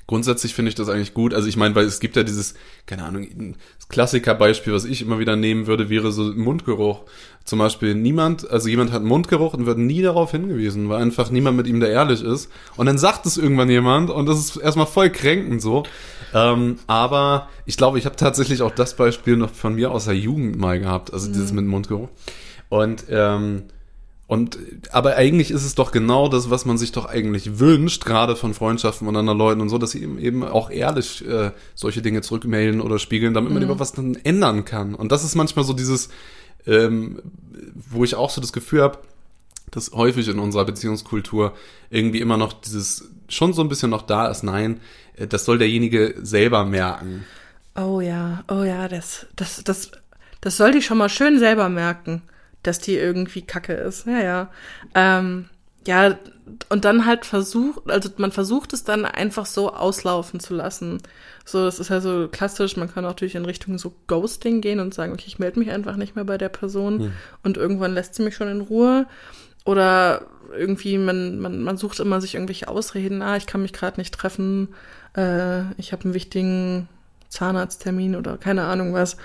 grundsätzlich finde ich das eigentlich gut. Also ich meine, weil es gibt ja dieses, keine Ahnung, das Klassikerbeispiel, was ich immer wieder nehmen würde, wäre so Mundgeruch. Zum Beispiel niemand, also jemand hat einen Mundgeruch und wird nie darauf hingewiesen, weil einfach niemand mit ihm da ehrlich ist. Und dann sagt es irgendwann jemand und das ist erstmal voll kränkend so. Ähm, aber ich glaube, ich habe tatsächlich auch das Beispiel noch von mir aus der Jugend mal gehabt, also mhm. dieses mit dem Mundgeruch. Und ähm, Und, aber eigentlich ist es doch genau das, was man sich doch eigentlich wünscht, gerade von Freundschaften von anderen Leuten und so, dass sie eben, eben auch ehrlich äh, solche Dinge zurückmailen oder spiegeln, damit man mhm. über was dann ändern kann. Und das ist manchmal so dieses, ähm, wo ich auch so das Gefühl habe, dass häufig in unserer Beziehungskultur irgendwie immer noch dieses, schon so ein bisschen noch da ist, nein, äh, das soll derjenige selber merken.
Oh ja, oh ja, das, das, das, das soll die schon mal schön selber merken, dass die irgendwie kacke ist. Ja, ja. Ähm, ja, und dann halt versucht, also man versucht es dann einfach so auslaufen zu lassen. So, das ist ja so klassisch, man kann auch natürlich in Richtung so Ghosting gehen und sagen, okay, ich melde mich einfach nicht mehr bei der Person hm. und irgendwann lässt sie mich schon in Ruhe. Oder irgendwie, man, man, man sucht immer sich irgendwelche Ausreden, ah, ich kann mich gerade nicht treffen, äh, ich habe einen wichtigen Zahnarzttermin oder keine Ahnung was.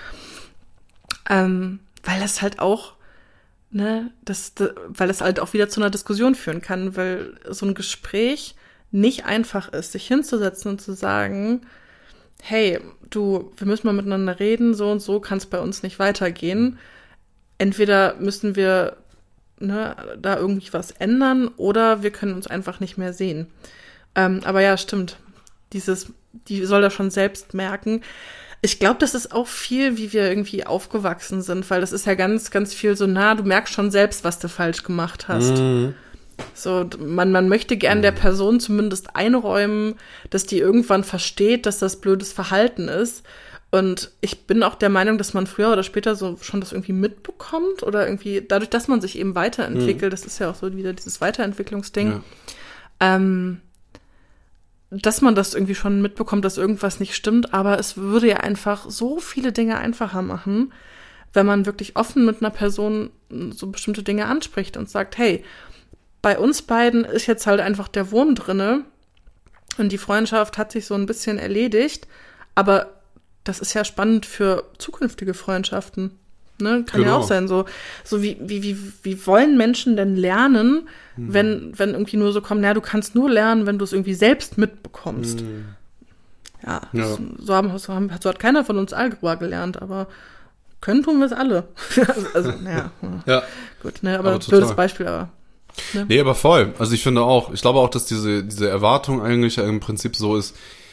Ähm, weil das halt auch Ne, das, das, weil es halt auch wieder zu einer Diskussion führen kann, weil so ein Gespräch nicht einfach ist, sich hinzusetzen und zu sagen, hey, du, wir müssen mal miteinander reden, so und so kann es bei uns nicht weitergehen. Entweder müssen wir ne, da irgendwie was ändern oder wir können uns einfach nicht mehr sehen. Ähm, aber ja, stimmt, dieses, die soll das schon selbst merken. Ich glaube, das ist auch viel, wie wir irgendwie aufgewachsen sind, weil das ist ja ganz, ganz viel so, na, du merkst schon selbst, was du falsch gemacht hast. Mhm. So, man, man möchte gern der Person zumindest einräumen, dass die irgendwann versteht, dass das blödes Verhalten ist. Und ich bin auch der Meinung, dass man früher oder später so schon das irgendwie mitbekommt oder irgendwie dadurch, dass man sich eben weiterentwickelt, mhm. das ist ja auch so wieder dieses Weiterentwicklungsding, ja. ähm, dass man das irgendwie schon mitbekommt, dass irgendwas nicht stimmt, aber es würde ja einfach so viele Dinge einfacher machen, wenn man wirklich offen mit einer Person so bestimmte Dinge anspricht und sagt, hey, bei uns beiden ist jetzt halt einfach der Wurm drinne und die Freundschaft hat sich so ein bisschen erledigt, aber das ist ja spannend für zukünftige Freundschaften. Ne, kann genau. ja auch sein, so, so wie, wie, wie, wie wollen Menschen denn lernen, hm. wenn, wenn irgendwie nur so kommen, na, du kannst nur lernen, wenn du es irgendwie selbst mitbekommst. Hm. Ja, ja. So, so, haben, so, haben, so hat keiner von uns Algebra gelernt, aber können tun wir es alle. Also, naja,
ja.
gut, ne, aber, aber blödes Beispiel, aber.
Ne? Nee, aber voll. Also ich finde auch, ich glaube auch, dass diese, diese Erwartung eigentlich ja im Prinzip so ist,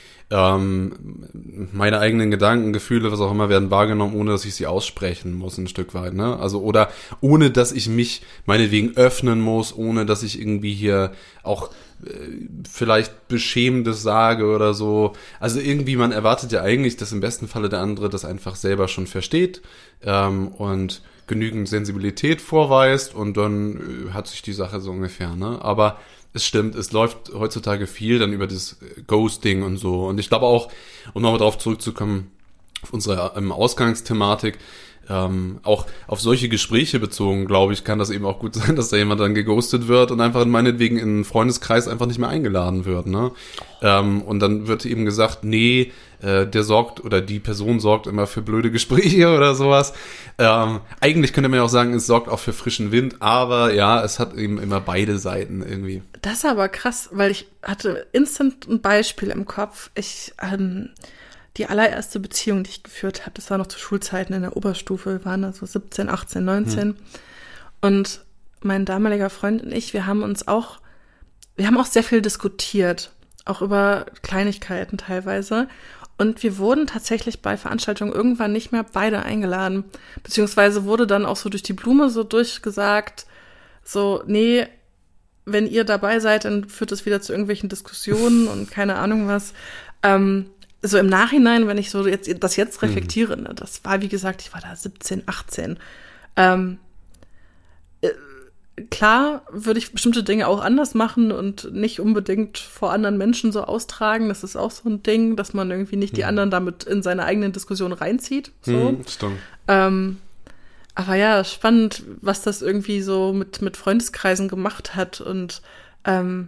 Ähm, meine eigenen Gedanken, Gefühle, was auch immer, werden wahrgenommen, ohne dass ich sie aussprechen muss, ein Stück weit, ne? Also, oder ohne dass ich mich meinetwegen öffnen muss, ohne dass ich irgendwie hier auch äh, vielleicht Beschämendes sage oder so. Also irgendwie, man erwartet ja eigentlich, dass im besten Falle der andere das einfach selber schon versteht ähm, und genügend Sensibilität vorweist und dann äh, hat sich die Sache so ungefähr, ne? Aber es stimmt, es läuft heutzutage viel dann über das Ghosting und so. Und ich glaube auch, um nochmal drauf zurückzukommen, auf unsere ähm, Ausgangsthematik, ähm, auch auf solche Gespräche bezogen, glaube ich, kann das eben auch gut sein, dass da jemand dann geghostet wird und einfach meinetwegen in einen Freundeskreis einfach nicht mehr eingeladen wird, ne? Ähm, und dann wird eben gesagt, nee, äh, der sorgt oder die Person sorgt immer für blöde Gespräche oder sowas. Ähm, eigentlich könnte man ja auch sagen, es sorgt auch für frischen Wind, aber ja, es hat eben immer beide Seiten irgendwie.
Das ist aber krass, weil ich hatte instant ein Beispiel im Kopf. Ich, ähm, die allererste Beziehung, die ich geführt habe, das war noch zu Schulzeiten in der Oberstufe, wir waren da so siebzehn, achtzehn, neunzehn. Hm. Und mein damaliger Freund und ich, wir haben uns auch, wir haben auch sehr viel diskutiert, auch über Kleinigkeiten teilweise. Und wir wurden tatsächlich bei Veranstaltungen irgendwann nicht mehr beide eingeladen. Beziehungsweise wurde dann auch so durch die Blume so durchgesagt, so, nee, wenn ihr dabei seid, dann führt es wieder zu irgendwelchen Diskussionen und keine Ahnung was. Ähm, so im Nachhinein, wenn ich so jetzt das jetzt reflektiere, ne, das war, wie gesagt, ich war da siebzehn, achtzehn. Ähm, äh, klar würde ich bestimmte Dinge auch anders machen und nicht unbedingt vor anderen Menschen so austragen. Das ist auch so ein Ding, dass man irgendwie nicht die mhm. anderen damit in seine eigenen Diskussionen reinzieht. So.
Mhm, stimmt.
Ähm, aber ja, spannend, was das irgendwie so mit, mit Freundeskreisen gemacht hat. Und ähm,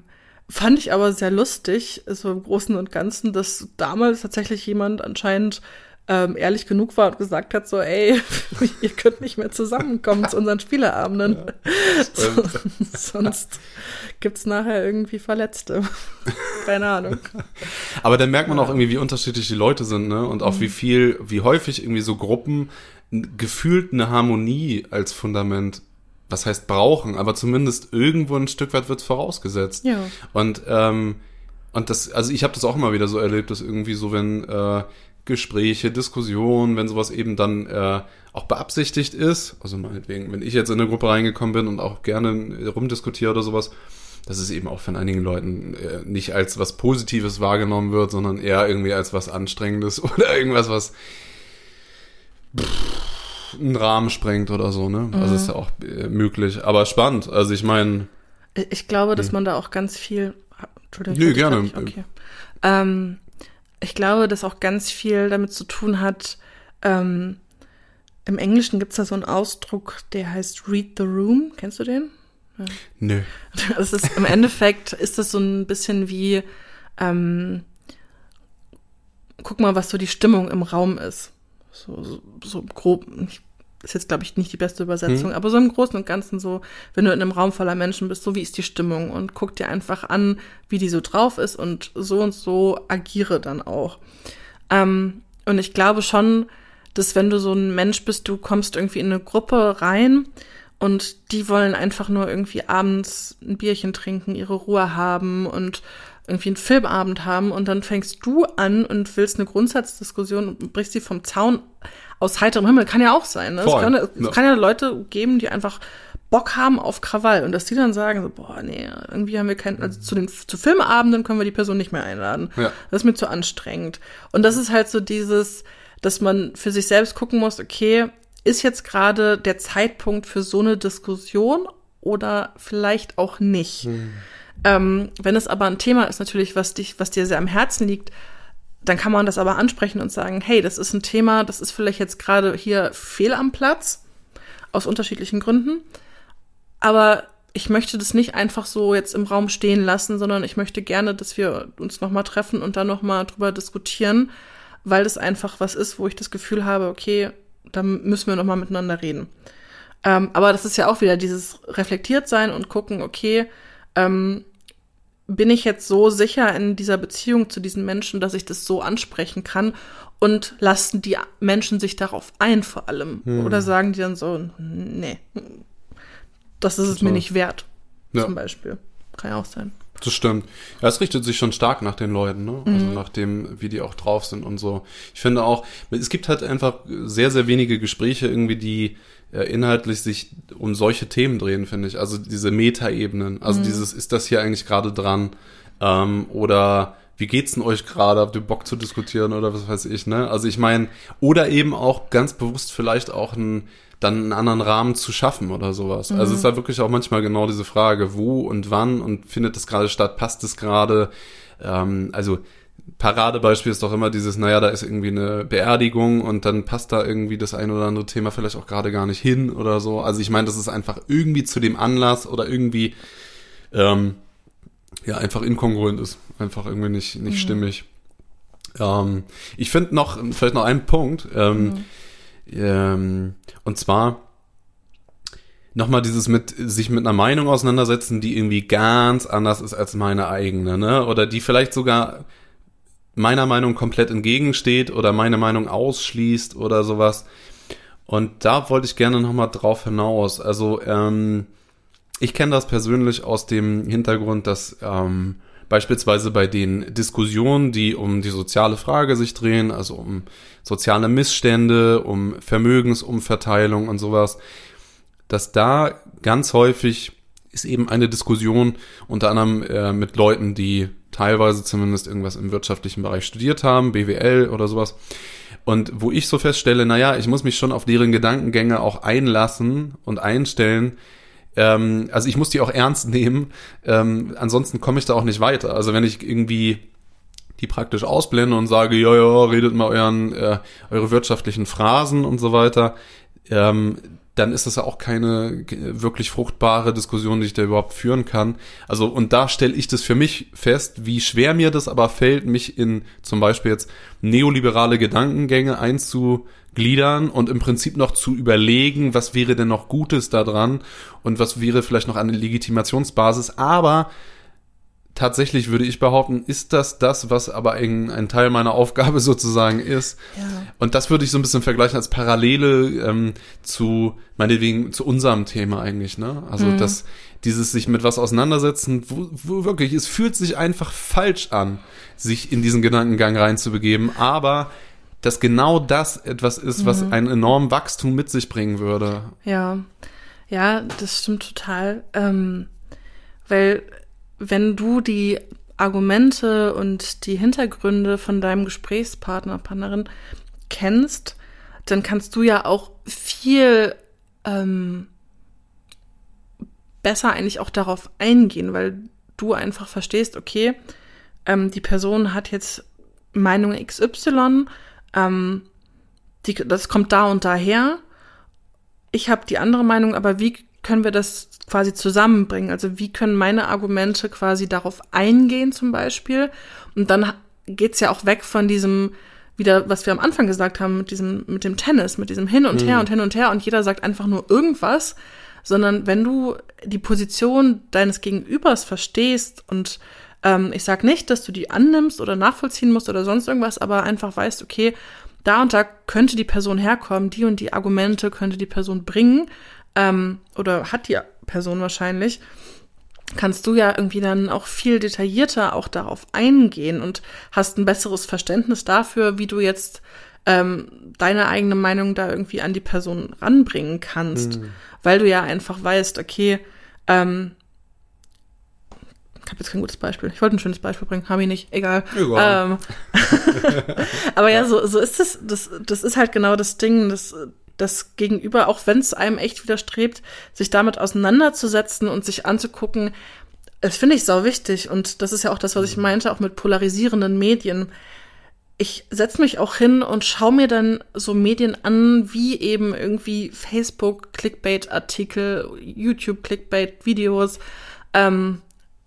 Fand ich aber sehr lustig, so im Großen und Ganzen, dass damals tatsächlich jemand anscheinend ähm, ehrlich genug war und gesagt hat, so, ey, ihr könnt nicht mehr zusammenkommen zu unseren Spieleabenden. Ja, so, sonst gibt's nachher irgendwie Verletzte. Keine Ahnung.
Aber dann merkt man auch irgendwie, wie unterschiedlich die Leute sind, ne? Und auch mhm. wie viel, wie häufig irgendwie so Gruppen gefühlt eine Harmonie als Fundament, was heißt brauchen, aber zumindest irgendwo ein Stück weit wird's vorausgesetzt.
Ja.
Und ähm, und das, also ich habe das auch immer wieder so erlebt, dass irgendwie so, wenn äh, Gespräche, Diskussionen, wenn sowas eben dann äh, auch beabsichtigt ist, also meinetwegen, wenn ich jetzt in eine Gruppe reingekommen bin und auch gerne rumdiskutiere oder sowas, dass es eben auch von einigen Leuten äh, nicht als was Positives wahrgenommen wird, sondern eher irgendwie als was Anstrengendes oder irgendwas, was pff, einen Rahmen sprengt oder so, ne? Mhm. Also ist ja auch äh, möglich, aber spannend. Also ich meine...
Ich glaube, dass man da auch ganz viel... Entschuldigung.
Nee, gerne.
Nicht, okay. Ähm, ich glaube, dass auch ganz viel damit zu tun hat, ähm, im Englischen gibt es da so einen Ausdruck, der heißt Read the Room. Kennst du den? Ja.
Nö.
Das ist, im Endeffekt ist das so ein bisschen wie, ähm, guck mal, was so die Stimmung im Raum ist. So, so, so grob, ist jetzt, glaube ich, nicht die beste Übersetzung, hm. aber so im Großen und Ganzen so, wenn du in einem Raum voller Menschen bist, so wie ist die Stimmung und guck dir einfach an, wie die so drauf ist und so und so agiere dann auch. Ähm, und ich glaube schon, dass wenn du so ein Mensch bist, du kommst irgendwie in eine Gruppe rein und die wollen einfach nur irgendwie abends ein Bierchen trinken, ihre Ruhe haben und irgendwie einen Filmabend haben und dann fängst du an und willst eine Grundsatzdiskussion und brichst sie vom Zaun aus heiterem Himmel. Kann ja auch sein. Ne? Es, kann, es ja. kann ja Leute geben, die einfach Bock haben auf Krawall und dass die dann sagen, so, boah, nee, irgendwie haben wir keinen, also zu den zu Filmabenden können wir die Person nicht mehr einladen. Ja. Das ist mir zu anstrengend. Und das ist halt so dieses, dass man für sich selbst gucken muss, okay, ist jetzt gerade der Zeitpunkt für so eine Diskussion oder vielleicht auch nicht? Hm. Ähm, wenn es aber ein Thema ist natürlich, was dich, was dir sehr am Herzen liegt, dann kann man das aber ansprechen und sagen, hey, das ist ein Thema, das ist vielleicht jetzt gerade hier fehl am Platz, aus unterschiedlichen Gründen, aber ich möchte das nicht einfach so jetzt im Raum stehen lassen, sondern ich möchte gerne, dass wir uns nochmal treffen und dann nochmal drüber diskutieren, weil das einfach was ist, wo ich das Gefühl habe, okay, da müssen wir nochmal miteinander reden. Ähm, aber das ist ja auch wieder dieses reflektiert sein und gucken, okay, ähm, bin ich jetzt so sicher in dieser Beziehung zu diesen Menschen, dass ich das so ansprechen kann und lassen die Menschen sich darauf ein vor allem? Hm. Oder sagen die dann so, nee, das ist es so. Mir nicht wert, ja. Zum Beispiel. Kann ja auch sein.
Das stimmt. Ja, es richtet sich schon stark nach den Leuten, ne? Also mhm. nach dem, wie die auch drauf sind und so. Ich finde auch, es gibt halt einfach sehr, sehr wenige Gespräche irgendwie, die äh, inhaltlich sich um solche Themen drehen, finde ich. Also diese Metaebenen. Also mhm. dieses, ist das hier eigentlich gerade dran? Ähm, oder wie geht's denn euch gerade? Habt ihr Bock zu diskutieren oder was weiß ich, ne? Also ich meine, oder eben auch ganz bewusst vielleicht auch ein dann einen anderen Rahmen zu schaffen oder sowas. Mhm. Also es ist halt wirklich auch manchmal genau diese Frage, wo und wann und findet das gerade statt, passt es gerade? Ähm, also Paradebeispiel ist doch immer dieses, naja, da ist irgendwie eine Beerdigung und dann passt da irgendwie das ein oder andere Thema vielleicht auch gerade gar nicht hin oder so. Also ich meine, das ist einfach irgendwie zu dem Anlass oder irgendwie ähm, ja einfach inkongruent ist. Einfach irgendwie nicht, nicht mhm. stimmig. Ähm, ich finde noch, vielleicht noch einen Punkt, ähm, mhm. Ähm, und zwar nochmal dieses mit sich mit einer Meinung auseinandersetzen, die irgendwie ganz anders ist als meine eigene, ne? Oder die vielleicht sogar meiner Meinung komplett entgegensteht oder meine Meinung ausschließt oder sowas. Und da wollte ich gerne nochmal drauf hinaus. Also ähm, ich kenne das persönlich aus dem Hintergrund, dass ähm, beispielsweise bei den Diskussionen, die um die soziale Frage sich drehen, also um soziale Missstände, um Vermögensumverteilung und sowas, dass da ganz häufig ist eben eine Diskussion unter anderem äh, mit Leuten, die teilweise zumindest irgendwas im wirtschaftlichen Bereich studiert haben, B W L oder sowas. Und wo ich so feststelle, naja, ich muss mich schon auf deren Gedankengänge auch einlassen und einstellen. Ähm, also ich muss die auch ernst nehmen. Ähm, ansonsten komme ich da auch nicht weiter. Also wenn ich irgendwie die praktisch ausblende und sage, ja, ja, redet mal euren, äh, eure wirtschaftlichen Phrasen und so weiter, ähm, dann ist das ja auch keine wirklich fruchtbare Diskussion, die ich da überhaupt führen kann. Also, und da stelle ich das für mich fest, wie schwer mir das aber fällt, mich in zum Beispiel jetzt neoliberale Gedankengänge einzugliedern und im Prinzip noch zu überlegen, was wäre denn noch Gutes daran und was wäre vielleicht noch eine Legitimationsbasis. Aber tatsächlich würde ich behaupten, ist das das, was aber ein, ein Teil meiner Aufgabe sozusagen ist.
Ja.
Und das würde ich so ein bisschen vergleichen als Parallele ähm, zu, meinetwegen, zu unserem Thema eigentlich, ne? Also, mhm. dass dieses sich mit was auseinandersetzen, wo, wo wirklich, es fühlt sich einfach falsch an, sich in diesen Gedankengang reinzubegeben, aber dass genau das etwas ist, mhm. was ein enormen Wachstum mit sich bringen würde.
Ja, ja, das stimmt total, ähm, weil wenn du die Argumente und die Hintergründe von deinem Gesprächspartner, Partnerin kennst, dann kannst du ja auch viel ähm, besser eigentlich auch darauf eingehen, weil du einfach verstehst, okay, ähm, die Person hat jetzt Meinung X Y, ähm, die, das kommt da und daher. Ich habe die andere Meinung, aber wie können wir das quasi zusammenbringen? Also wie können meine Argumente quasi darauf eingehen zum Beispiel? Und dann geht's ja auch weg von diesem, wieder, was wir am Anfang gesagt haben, mit diesem, mit dem Tennis, mit diesem Hin und Her mhm. und Hin und Her und jeder sagt einfach nur irgendwas, sondern wenn du die Position deines Gegenübers verstehst und ähm, ich sag nicht, dass du die annimmst oder nachvollziehen musst oder sonst irgendwas, aber einfach weißt, okay, da und da könnte die Person herkommen, die und die Argumente könnte die Person bringen, ähm, oder hat die Person wahrscheinlich, kannst du ja irgendwie dann auch viel detaillierter auch darauf eingehen und hast ein besseres Verständnis dafür, wie du jetzt ähm, deine eigene Meinung da irgendwie an die Person ranbringen kannst, mhm. weil du ja einfach weißt, okay, ähm, ich habe jetzt kein gutes Beispiel. Ich wollte ein schönes Beispiel bringen, habe ich nicht. Egal. Egal. Ähm, aber ja, so, so ist es. Das, das ist halt genau das Ding, das, das Gegenüber, auch wenn es einem echt widerstrebt, sich damit auseinanderzusetzen und sich anzugucken, das finde ich sau wichtig. Und das ist ja auch das, was ich meinte, auch mit polarisierenden Medien. Ich setze mich auch hin und schaue mir dann so Medien an, wie eben irgendwie Facebook, Clickbait-Artikel, YouTube, Clickbait-Videos, ähm,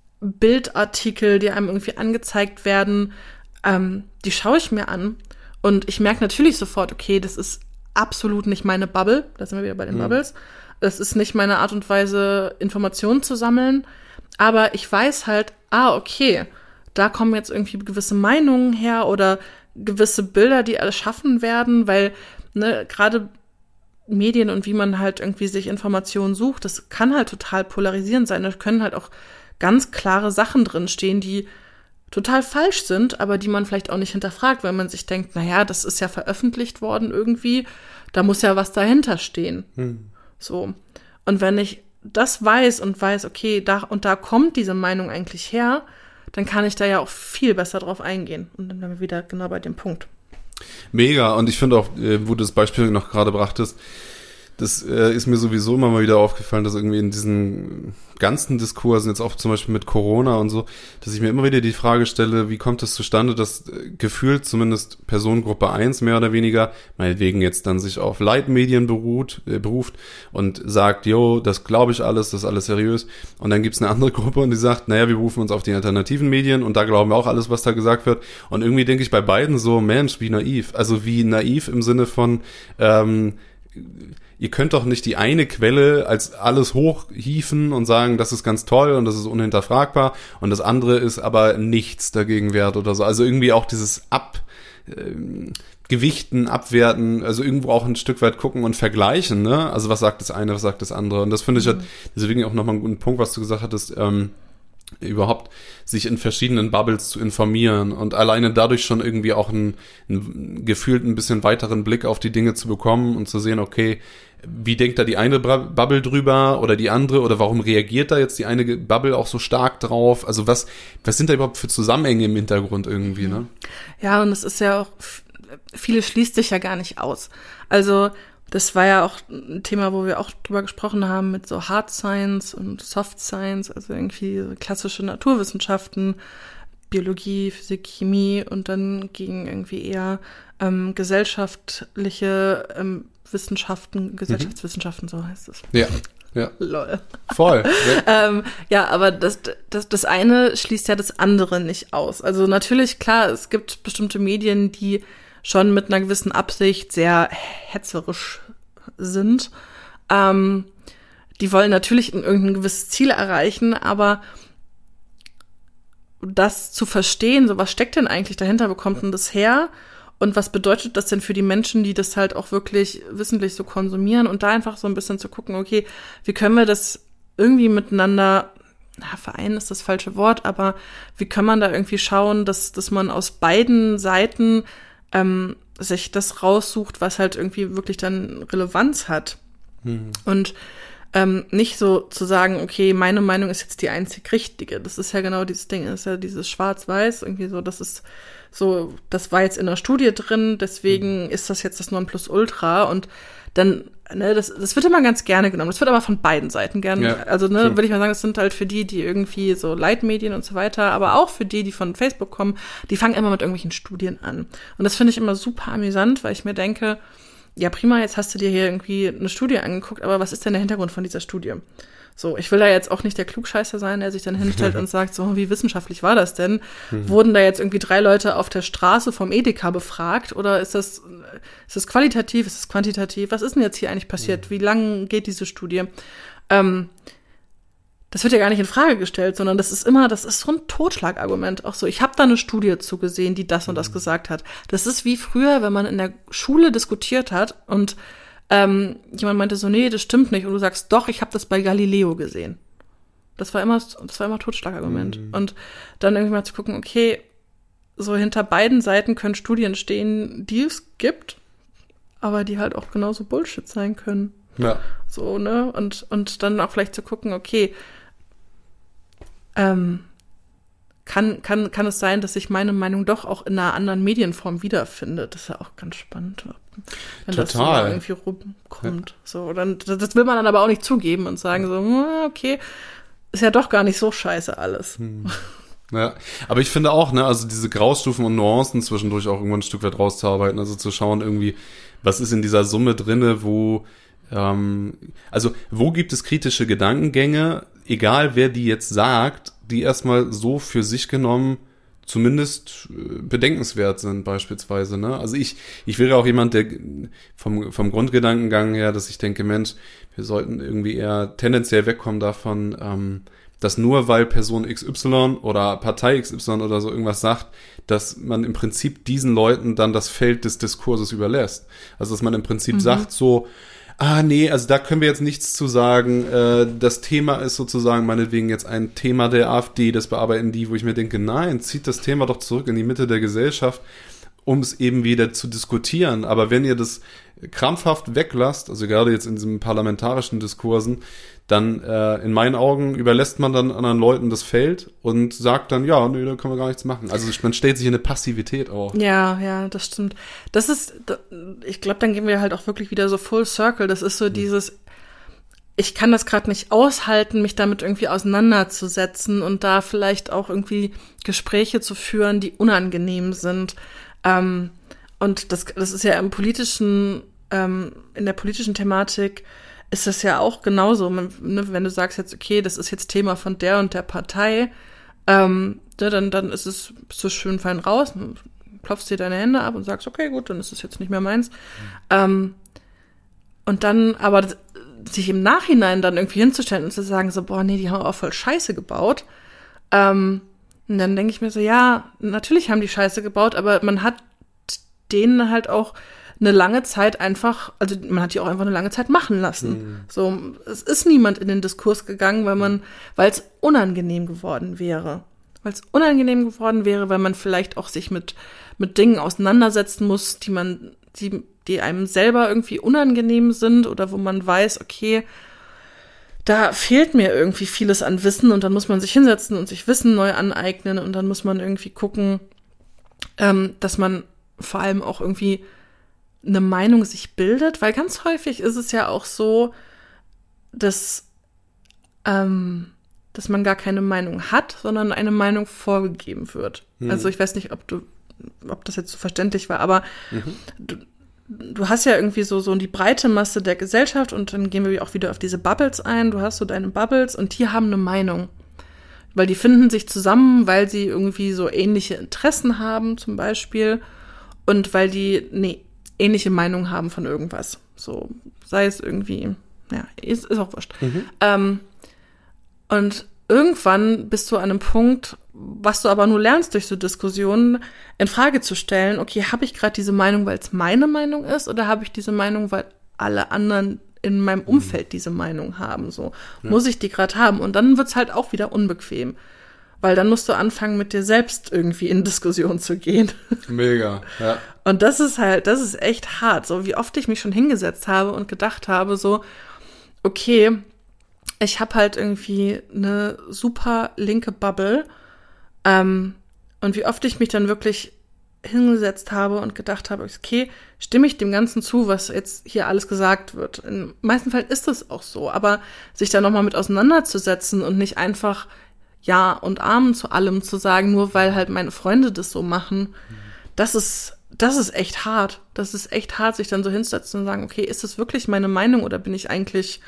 Bildartikel, die einem irgendwie angezeigt werden, ähm, die schaue ich mir an und ich merke natürlich sofort, okay, das ist absolut nicht meine Bubble, da sind wir wieder bei den mhm. Bubbles, das ist nicht meine Art und Weise, Informationen zu sammeln, aber ich weiß halt, ah, okay, da kommen jetzt irgendwie gewisse Meinungen her oder gewisse Bilder, die erschaffen werden, weil, ne, gerade Medien und wie man halt irgendwie sich Informationen sucht, das kann halt total polarisierend sein, da können halt auch ganz klare Sachen drinstehen, die total falsch sind, aber die man vielleicht auch nicht hinterfragt, weil man sich denkt, naja, das ist ja veröffentlicht worden irgendwie, da muss ja was dahinter stehen. Hm. So. Und wenn ich das weiß und weiß, okay, da und da kommt diese Meinung eigentlich her, dann kann ich da ja auch viel besser drauf eingehen. Und dann sind wir wieder genau bei dem Punkt.
Mega. Und ich finde auch, wo du das Beispiel noch gerade brachtest, das äh, ist mir sowieso immer mal wieder aufgefallen, dass irgendwie in diesen ganzen Diskursen, jetzt auch zum Beispiel mit Corona und so, dass ich mir immer wieder die Frage stelle, wie kommt es zustande, dass äh, gefühlt zumindest Personengruppe eins mehr oder weniger, meinetwegen jetzt dann sich auf Leitmedien beruht, äh, beruft und sagt, jo, das glaube ich alles, das ist alles seriös. Und dann gibt's eine andere Gruppe und die sagt, naja, wir berufen uns auf die alternativen Medien und da glauben wir auch alles, was da gesagt wird. Und irgendwie denke ich bei beiden so, Mensch, wie naiv. Also wie naiv im Sinne von, ähm, ihr könnt doch nicht die eine Quelle als alles hochhieven und sagen, das ist ganz toll und das ist unhinterfragbar und das andere ist aber nichts dagegen wert oder so. Also irgendwie auch dieses Ab, äh, Gewichten, Abwerten, also irgendwo auch ein Stück weit gucken und vergleichen, ne? Also was sagt das eine, was sagt das andere? Und das finde ich halt, deswegen auch nochmal einen guten Punkt, was du gesagt hattest, ähm, überhaupt sich in verschiedenen Bubbles zu informieren und alleine dadurch schon irgendwie auch einen, einen gefühlt ein bisschen weiteren Blick auf die Dinge zu bekommen und zu sehen, okay, wie denkt da die eine Bubble drüber oder die andere oder warum reagiert da jetzt die eine Bubble auch so stark drauf? Also was, was sind da überhaupt für Zusammenhänge im Hintergrund irgendwie, ne?
Ja, und es ist ja auch, viele schließt sich ja gar nicht aus. Also das war ja auch ein Thema, wo wir auch drüber gesprochen haben mit so Hard Science und Soft Science, also irgendwie klassische Naturwissenschaften, Biologie, Physik, Chemie und dann gegen irgendwie eher ähm, gesellschaftliche ähm, Wissenschaften, Gesellschaftswissenschaften, so heißt es.
Ja, ja.
Lol.
Voll. Ja.
ähm, ja, aber das, das, das eine schließt ja das andere nicht aus. Also natürlich, klar, es gibt bestimmte Medien, die schon mit einer gewissen Absicht sehr hetzerisch sind. Ähm, die wollen natürlich irgendein gewisses Ziel erreichen, aber das zu verstehen, so was steckt denn eigentlich dahinter, wo kommt denn das her und was bedeutet das denn für die Menschen, die das halt auch wirklich wissentlich so konsumieren und da einfach so ein bisschen zu gucken, okay, wie können wir das irgendwie miteinander, na, vereinen ist das falsche Wort, aber wie kann man da irgendwie schauen, dass, dass man aus beiden Seiten ähm, sich das raussucht, was halt irgendwie wirklich dann Relevanz hat. Mhm. Und Ähm, nicht so zu sagen, okay, meine Meinung ist jetzt die einzig richtige. Das ist ja genau dieses Ding, das ist ja dieses Schwarz-Weiß, irgendwie so, das ist so, das war jetzt in der Studie drin, deswegen mhm. ist das jetzt das Nonplusultra und dann, ne, das, das wird immer ganz gerne genommen. Das wird aber von beiden Seiten gerne, ja, also, ne, würde ich mal sagen, das sind halt für die, die irgendwie so Leitmedien und so weiter, aber auch für die, die von Facebook kommen, die fangen immer mit irgendwelchen Studien an. Und das finde ich immer super amüsant, weil ich mir denke, ja prima, jetzt hast du dir hier irgendwie eine Studie angeguckt, aber was ist denn der Hintergrund von dieser Studie? So, ich will da jetzt auch nicht der Klugscheißer sein, der sich dann hinstellt und sagt, so, wie wissenschaftlich war das denn? Mhm. Wurden da jetzt irgendwie drei Leute auf der Straße vom Edeka befragt oder ist das, ist das qualitativ, ist das quantitativ? Was ist denn jetzt hier eigentlich passiert? Mhm. Wie lang geht diese Studie? Ähm, das wird ja gar nicht in Frage gestellt, sondern das ist immer, das ist so ein Totschlagargument. Auch so, ich habe da eine Studie zugesehen, die das und das gesagt hat. Das ist wie früher, wenn man in der Schule diskutiert hat und ähm, jemand meinte so, nee, das stimmt nicht. Und du sagst, doch, ich habe das bei Galileo gesehen. Das war immer, das war immer Totschlagargument. Mhm. Und dann irgendwie mal zu gucken, okay, so hinter beiden Seiten können Studien stehen, die es gibt, aber die halt auch genauso Bullshit sein können.
Ja.
So, ne? Und, und dann auch vielleicht zu gucken, okay, Ähm, kann, kann, kann es sein, dass sich meine Meinung doch auch in einer anderen Medienform wiederfindet? Das ist ja auch ganz spannend, wenn
Total.
das so irgendwie rumkommt. Ja. So, dann, das will man dann aber auch nicht zugeben und sagen so, okay, ist ja doch gar nicht so scheiße alles.
Hm. Ja, aber ich finde auch, ne, also diese Graustufen und Nuancen zwischendurch auch irgendwann ein Stück weit rauszuarbeiten, also zu schauen irgendwie, was ist in dieser Summe drinne, wo ähm, also wo gibt es kritische Gedankengänge, egal wer die jetzt sagt, die erstmal so für sich genommen zumindest äh, bedenkenswert sind beispielsweise, ne? Also ich ich wäre auch jemand, der vom vom Grundgedankengang her, dass ich denke, Mensch, wir sollten irgendwie eher tendenziell wegkommen davon, ähm, dass nur weil Person X Y oder Partei X Y oder so irgendwas sagt, dass man im Prinzip diesen Leuten dann das Feld des Diskurses überlässt. Also dass man im Prinzip mhm. sagt so, ah nee, also da können wir jetzt nichts zu sagen. Äh, das Thema ist sozusagen meinetwegen jetzt ein Thema der AfD, das bearbeiten die, wo ich mir denke, nein, zieht das Thema doch zurück in die Mitte der Gesellschaft, um es eben wieder zu diskutieren. Aber wenn ihr das krampfhaft weglasst, also gerade jetzt in diesen parlamentarischen Diskursen, dann äh, in meinen Augen überlässt man dann anderen Leuten das Feld und sagt dann, ja, nee, da können wir gar nichts machen. Also man stellt sich in eine Passivität auch.
Ja, ja, das stimmt. Das ist, ich glaube, dann gehen wir halt auch wirklich wieder so full circle. Das ist so hm. dieses, ich kann das gerade nicht aushalten, mich damit irgendwie auseinanderzusetzen und da vielleicht auch irgendwie Gespräche zu führen, die unangenehm sind. Ähm, und das, das ist ja im politischen, ähm, in der politischen Thematik ist das ja auch genauso. Man, ne, wenn du sagst jetzt, okay, das ist jetzt Thema von der und der Partei, ähm, ne, dann, dann ist es, bist du schön fein raus, klopfst dir deine Hände ab und sagst, okay, gut, dann ist es jetzt nicht mehr meins. Mhm. Ähm, und dann aber sich im Nachhinein dann irgendwie hinzustellen und zu sagen, so, boah, nee, die haben auch voll Scheiße gebaut. Ähm, und dann denke ich mir so, ja, natürlich haben die Scheiße gebaut, aber man hat denen halt auch eine lange Zeit einfach, also man hat die auch einfach eine lange Zeit machen lassen. Mhm. So, es ist niemand in den Diskurs gegangen, weil man, weil es unangenehm geworden wäre. Weil es unangenehm geworden wäre, weil man vielleicht auch sich mit, mit Dingen auseinandersetzen muss, die man, die, die einem selber irgendwie unangenehm sind oder wo man weiß, okay, da fehlt mir irgendwie vieles an Wissen und dann muss man sich hinsetzen und sich Wissen neu aneignen und dann muss man irgendwie gucken, ähm, dass man vor allem auch irgendwie eine Meinung sich bildet, weil ganz häufig ist es ja auch so, dass, ähm, dass man gar keine Meinung hat, sondern eine Meinung vorgegeben wird. Mhm. Also ich weiß nicht, ob du, ob das jetzt so verständlich war, aber mhm. du, du hast ja irgendwie so, so die breite Masse der Gesellschaft und dann gehen wir auch wieder auf diese Bubbles ein. Du hast so deine Bubbles und die haben eine Meinung. Weil die finden sich zusammen, weil sie irgendwie so ähnliche Interessen haben zum Beispiel und weil die eine ähnliche Meinung haben von irgendwas. So, sei es irgendwie, ja, ist, ist auch wurscht. Mhm. Ähm, und irgendwann bist du an einem Punkt, was du aber nur lernst durch so Diskussionen, in Frage zu stellen, okay, habe ich gerade diese Meinung, weil es meine Meinung ist oder habe ich diese Meinung, weil alle anderen in meinem Umfeld diese Meinung haben, so. Ja. Muss ich die gerade haben? Und dann wird's halt auch wieder unbequem. Weil dann musst du anfangen, mit dir selbst irgendwie in Diskussion zu gehen.
Mega, ja.
Und das ist halt, das ist echt hart. So wie oft ich mich schon hingesetzt habe und gedacht habe, so, okay, ich habe halt irgendwie eine super linke Bubble. Ähm, und wie oft ich mich dann wirklich hingesetzt habe und gedacht habe, okay, stimme ich dem Ganzen zu, was jetzt hier alles gesagt wird. In den meisten Fällen ist es auch so, aber sich da nochmal mit auseinanderzusetzen und nicht einfach Ja und Amen zu allem zu sagen, nur weil halt meine Freunde das so machen, mhm. das ist, das ist echt hart. Das ist echt hart, sich dann so hinzusetzen und sagen, okay, ist das wirklich meine Meinung oder bin ich eigentlich,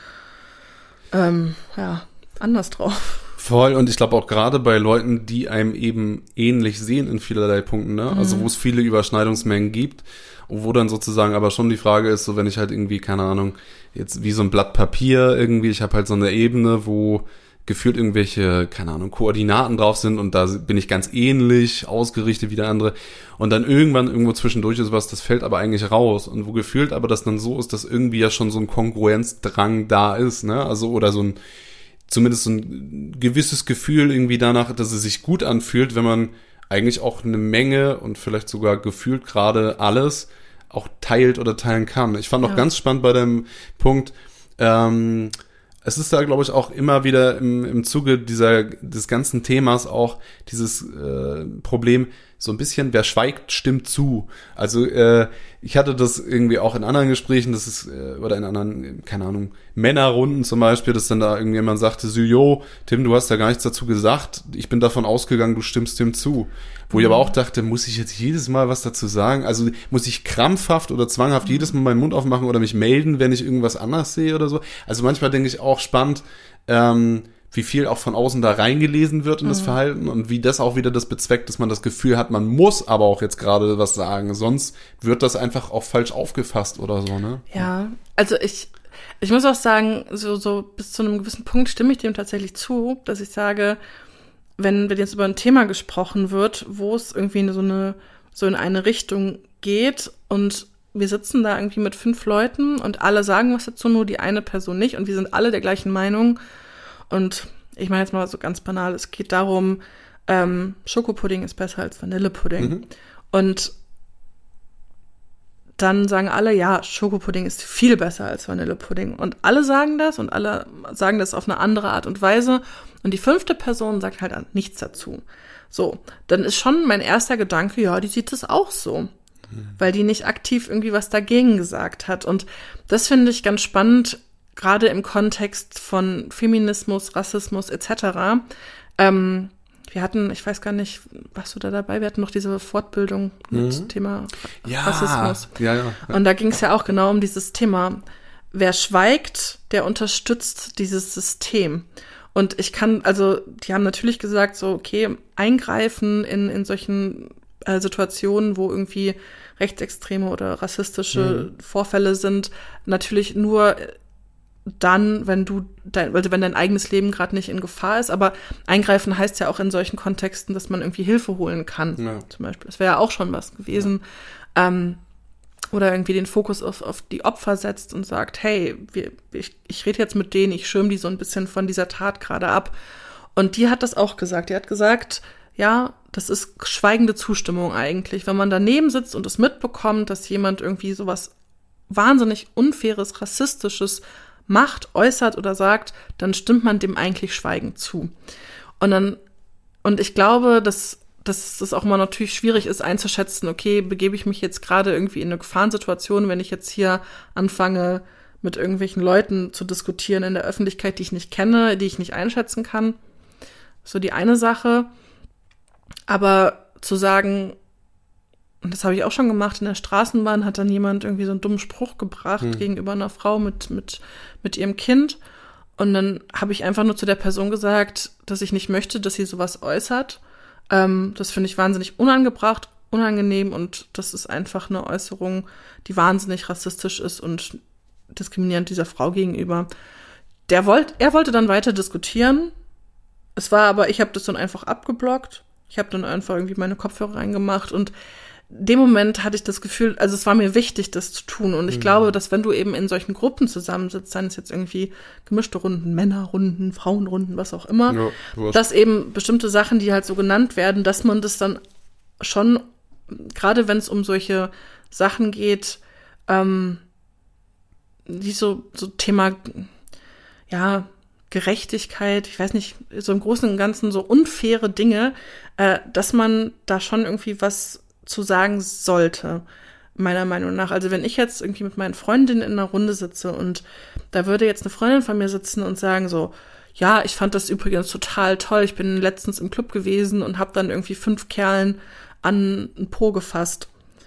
ähm, ja, anders drauf?
Voll, und ich glaube auch gerade bei Leuten, die einem eben ähnlich sehen in vielerlei Punkten, ne? Mhm. Also wo es viele Überschneidungsmengen gibt, wo dann sozusagen aber schon die Frage ist, so wenn ich halt irgendwie, keine Ahnung, jetzt wie so ein Blatt Papier irgendwie, ich habe halt so eine Ebene, wo gefühlt irgendwelche, keine Ahnung, Koordinaten drauf sind und da bin ich ganz ähnlich ausgerichtet wie der andere und dann irgendwann irgendwo zwischendurch ist was, das fällt aber eigentlich raus und wo gefühlt aber das dann so ist, dass irgendwie ja schon so ein Kongruenzdrang da ist, ne? Also oder so ein zumindest so ein gewisses Gefühl irgendwie danach, dass es sich gut anfühlt, wenn man eigentlich auch eine Menge und vielleicht sogar gefühlt gerade alles auch teilt oder teilen kann. Ich fand auch ja. ganz spannend bei dem Punkt, ähm, es ist da, glaube ich, auch immer wieder im, im Zuge dieser des ganzen Themas auch dieses äh, Problem, so ein bisschen, wer schweigt, stimmt zu. Also äh, ich hatte das irgendwie auch in anderen Gesprächen, das ist, äh, oder in anderen, keine Ahnung, Männerrunden zum Beispiel, dass dann da irgendjemand sagte, so, jo, Tim, du hast ja gar nichts dazu gesagt, ich bin davon ausgegangen, du stimmst dem zu. Wo mhm. ich aber auch dachte, muss ich jetzt jedes Mal was dazu sagen? Also muss ich krampfhaft oder zwanghaft mhm. jedes Mal meinen Mund aufmachen oder mich melden, wenn ich irgendwas anders sehe oder so? Also manchmal denke ich auch spannend, ähm, wie viel auch von außen da reingelesen wird in das mhm. Verhalten und wie das auch wieder das bezweckt, dass man das Gefühl hat, man muss aber auch jetzt gerade was sagen, sonst wird das einfach auch falsch aufgefasst oder so, ne?
Ja, also ich ich muss auch sagen, so so bis zu einem gewissen Punkt stimme ich dem tatsächlich zu, dass ich sage, wenn wenn jetzt über ein Thema gesprochen wird, wo es irgendwie so eine so in eine Richtung geht und wir sitzen da irgendwie mit fünf Leuten und alle sagen was dazu, nur die eine Person nicht und wir sind alle der gleichen Meinung. Und ich meine jetzt mal so ganz banal, es geht darum, ähm, Schokopudding ist besser als Vanillepudding. Mhm. Und dann sagen alle, ja, Schokopudding ist viel besser als Vanillepudding. Und alle sagen das und alle sagen das auf eine andere Art und Weise. Und die fünfte Person sagt halt nichts dazu. So, dann ist schon mein erster Gedanke, ja, die sieht es auch so. Mhm. Weil die nicht aktiv irgendwie was dagegen gesagt hat. Und das finde ich ganz spannend, gerade im Kontext von Feminismus, Rassismus et cetera. Ähm, wir hatten, ich weiß gar nicht, warst du da dabei? Wir hatten noch diese Fortbildung mit mhm. Thema
ja,
Rassismus.
Ja, ja.
Und da ging es ja auch genau um dieses Thema. Wer schweigt, der unterstützt dieses System. Und ich kann, also die haben natürlich gesagt, so okay, eingreifen in in solchen äh, Situationen, wo irgendwie rechtsextreme oder rassistische mhm. Vorfälle sind, natürlich nur dann, wenn du dein, also wenn dein eigenes Leben gerade nicht in Gefahr ist, aber eingreifen heißt ja auch in solchen Kontexten, dass man irgendwie Hilfe holen kann, ja. zum Beispiel. Das wäre ja auch schon was gewesen. Ja. Ähm, oder irgendwie den Fokus auf, auf die Opfer setzt und sagt, hey, wir, ich, ich rede jetzt mit denen, ich schirm die so ein bisschen von dieser Tat gerade ab. Und die hat das auch gesagt. Die hat gesagt, ja, das ist schweigende Zustimmung eigentlich. Wenn man daneben sitzt und es mitbekommt, dass jemand irgendwie sowas wahnsinnig Unfaires, Rassistisches macht, äußert oder sagt, dann stimmt man dem eigentlich schweigend zu. Und dann, und ich glaube, dass, dass es auch mal natürlich schwierig ist einzuschätzen, okay, begebe ich mich jetzt gerade irgendwie in eine Gefahrensituation, wenn ich jetzt hier anfange, mit irgendwelchen Leuten zu diskutieren in der Öffentlichkeit, die ich nicht kenne, die ich nicht einschätzen kann. So die eine Sache. Aber zu sagen, und das habe ich auch schon gemacht, in der Straßenbahn hat dann jemand irgendwie so einen dummen Spruch gebracht hm. gegenüber einer Frau mit, mit, mit ihrem Kind. Und dann habe ich einfach nur zu der Person gesagt, dass ich nicht möchte, dass sie sowas äußert. Ähm, das finde ich wahnsinnig unangebracht, unangenehm und das ist einfach eine Äußerung, die wahnsinnig rassistisch ist und diskriminierend dieser Frau gegenüber. Der wollt, er wollte dann weiter diskutieren. Es war aber, ich habe das dann einfach abgeblockt. Ich habe dann einfach irgendwie meine Kopfhörer reingemacht und in dem Moment hatte ich das Gefühl, also es war mir wichtig, das zu tun. Und ich mhm. glaube, dass wenn du eben in solchen Gruppen zusammensitzt, seien es jetzt irgendwie gemischte Runden, Männerrunden, Frauenrunden, was auch immer, ja, dass eben bestimmte Sachen, die halt so genannt werden, dass man das dann schon, gerade wenn es um solche Sachen geht, ähm, die so, so Thema, ja, Gerechtigkeit, ich weiß nicht, so im Großen und Ganzen so unfaire Dinge, äh, dass man da schon irgendwie was zu sagen sollte, meiner Meinung nach. Also wenn ich jetzt irgendwie mit meinen Freundinnen in einer Runde sitze und da würde jetzt eine Freundin von mir sitzen und sagen so, ja, ich fand das übrigens total toll, ich bin letztens im Club gewesen und habe dann irgendwie fünf Kerlen an den Po gefasst.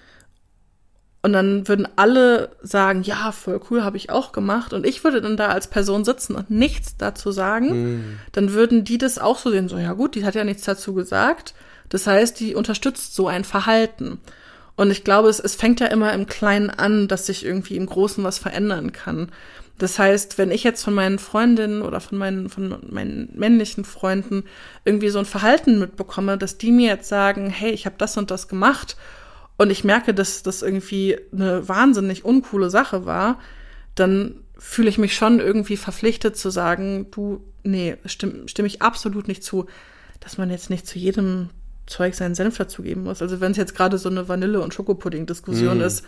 Und dann würden alle sagen, ja, voll cool, habe ich auch gemacht. Und ich würde dann da als Person sitzen und nichts dazu sagen. Mm. Dann würden die das auch so sehen, so, ja gut, die hat ja nichts dazu gesagt. Das heißt, die unterstützt so ein Verhalten. Und ich glaube, es, es fängt ja immer im Kleinen an, dass sich irgendwie im Großen was verändern kann. Das heißt, wenn ich jetzt von meinen Freundinnen oder von meinen, von meinen männlichen Freunden irgendwie so ein Verhalten mitbekomme, dass die mir jetzt sagen, hey, ich habe das und das gemacht und ich merke, dass das irgendwie eine wahnsinnig uncoole Sache war, dann fühle ich mich schon irgendwie verpflichtet zu sagen, du, nee, stimme stimm ich absolut nicht zu, dass man jetzt nicht zu jedem Zeug seinen Senf dazugeben muss. Also wenn es jetzt gerade so eine Vanille- und Schokopudding-Diskussion mm. ist,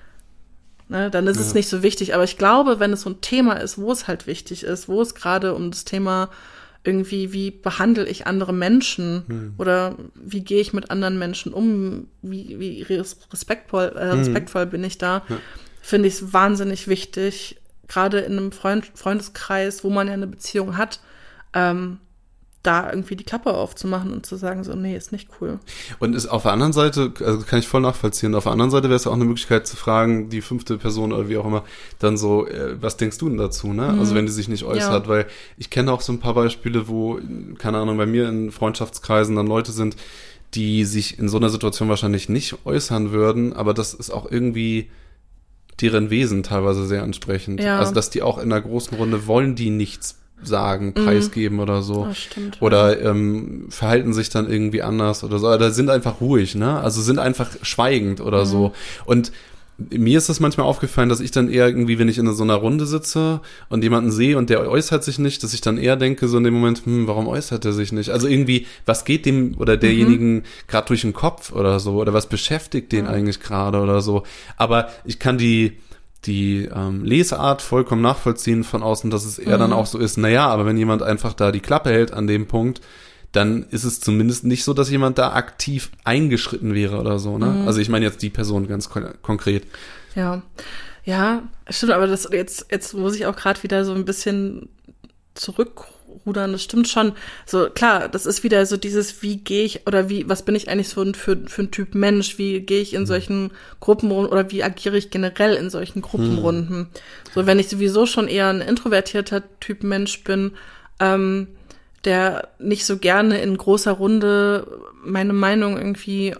ne, dann ist ja. es nicht so wichtig. Aber ich glaube, wenn es so ein Thema ist, wo es halt wichtig ist, wo es gerade um das Thema irgendwie, wie behandle ich andere Menschen mm. oder wie gehe ich mit anderen Menschen um, wie, wie respektvoll, äh, respektvoll mm. bin ich da, ja. finde ich es wahnsinnig wichtig, gerade in einem Freund, Freundeskreis, wo man ja eine Beziehung hat, ähm, da irgendwie die Klappe aufzumachen und zu sagen, so, nee, ist nicht cool.
Und ist auf der anderen Seite, also kann ich voll nachvollziehen, auf der anderen Seite wäre es auch eine Möglichkeit zu fragen, die fünfte Person oder wie auch immer, dann so, äh, was denkst du denn dazu, ne? Mhm. Also wenn die sich nicht äußert, ja. weil ich kenne auch so ein paar Beispiele, wo, keine Ahnung, bei mir in Freundschaftskreisen dann Leute sind, die sich in so einer Situation wahrscheinlich nicht äußern würden, aber das ist auch irgendwie deren Wesen teilweise sehr ansprechend. Ja. Also dass die auch in einer großen Runde wollen die nichts sagen, preisgeben mm. oder so.
Das stimmt,
oder ja. ähm, verhalten sich dann irgendwie anders oder so. Oder sind einfach ruhig, ne? Also sind einfach schweigend oder mm. so. Und mir ist das manchmal aufgefallen, dass ich dann eher irgendwie, wenn ich in so einer Runde sitze und jemanden sehe und der äußert sich nicht, dass ich dann eher denke, so in dem Moment, hm, warum äußert er sich nicht? Also irgendwie, was geht dem oder derjenigen mhm. gerade durch den Kopf oder so? Oder was beschäftigt den ja. eigentlich gerade oder so? Aber ich kann die die ähm, Lesart vollkommen nachvollziehen von außen, dass es eher mhm. dann auch so ist, naja, aber wenn jemand einfach da die Klappe hält an dem Punkt, dann ist es zumindest nicht so, dass jemand da aktiv eingeschritten wäre oder so, ne? Mhm. Also ich meine jetzt die Person ganz kon- konkret.
Ja, ja, stimmt, aber das jetzt, jetzt muss ich auch gerade wieder so ein bisschen zurückrudern, das stimmt schon. So, klar, das ist wieder so dieses, wie gehe ich oder wie, was bin ich eigentlich so für, für ein Typ Mensch, wie gehe ich in hm. solchen Gruppenrunden oder wie agiere ich generell in solchen Gruppenrunden? Hm. So, wenn ich sowieso schon eher ein introvertierter Typ Mensch bin, ähm, der nicht so gerne in großer Runde meine Meinung irgendwie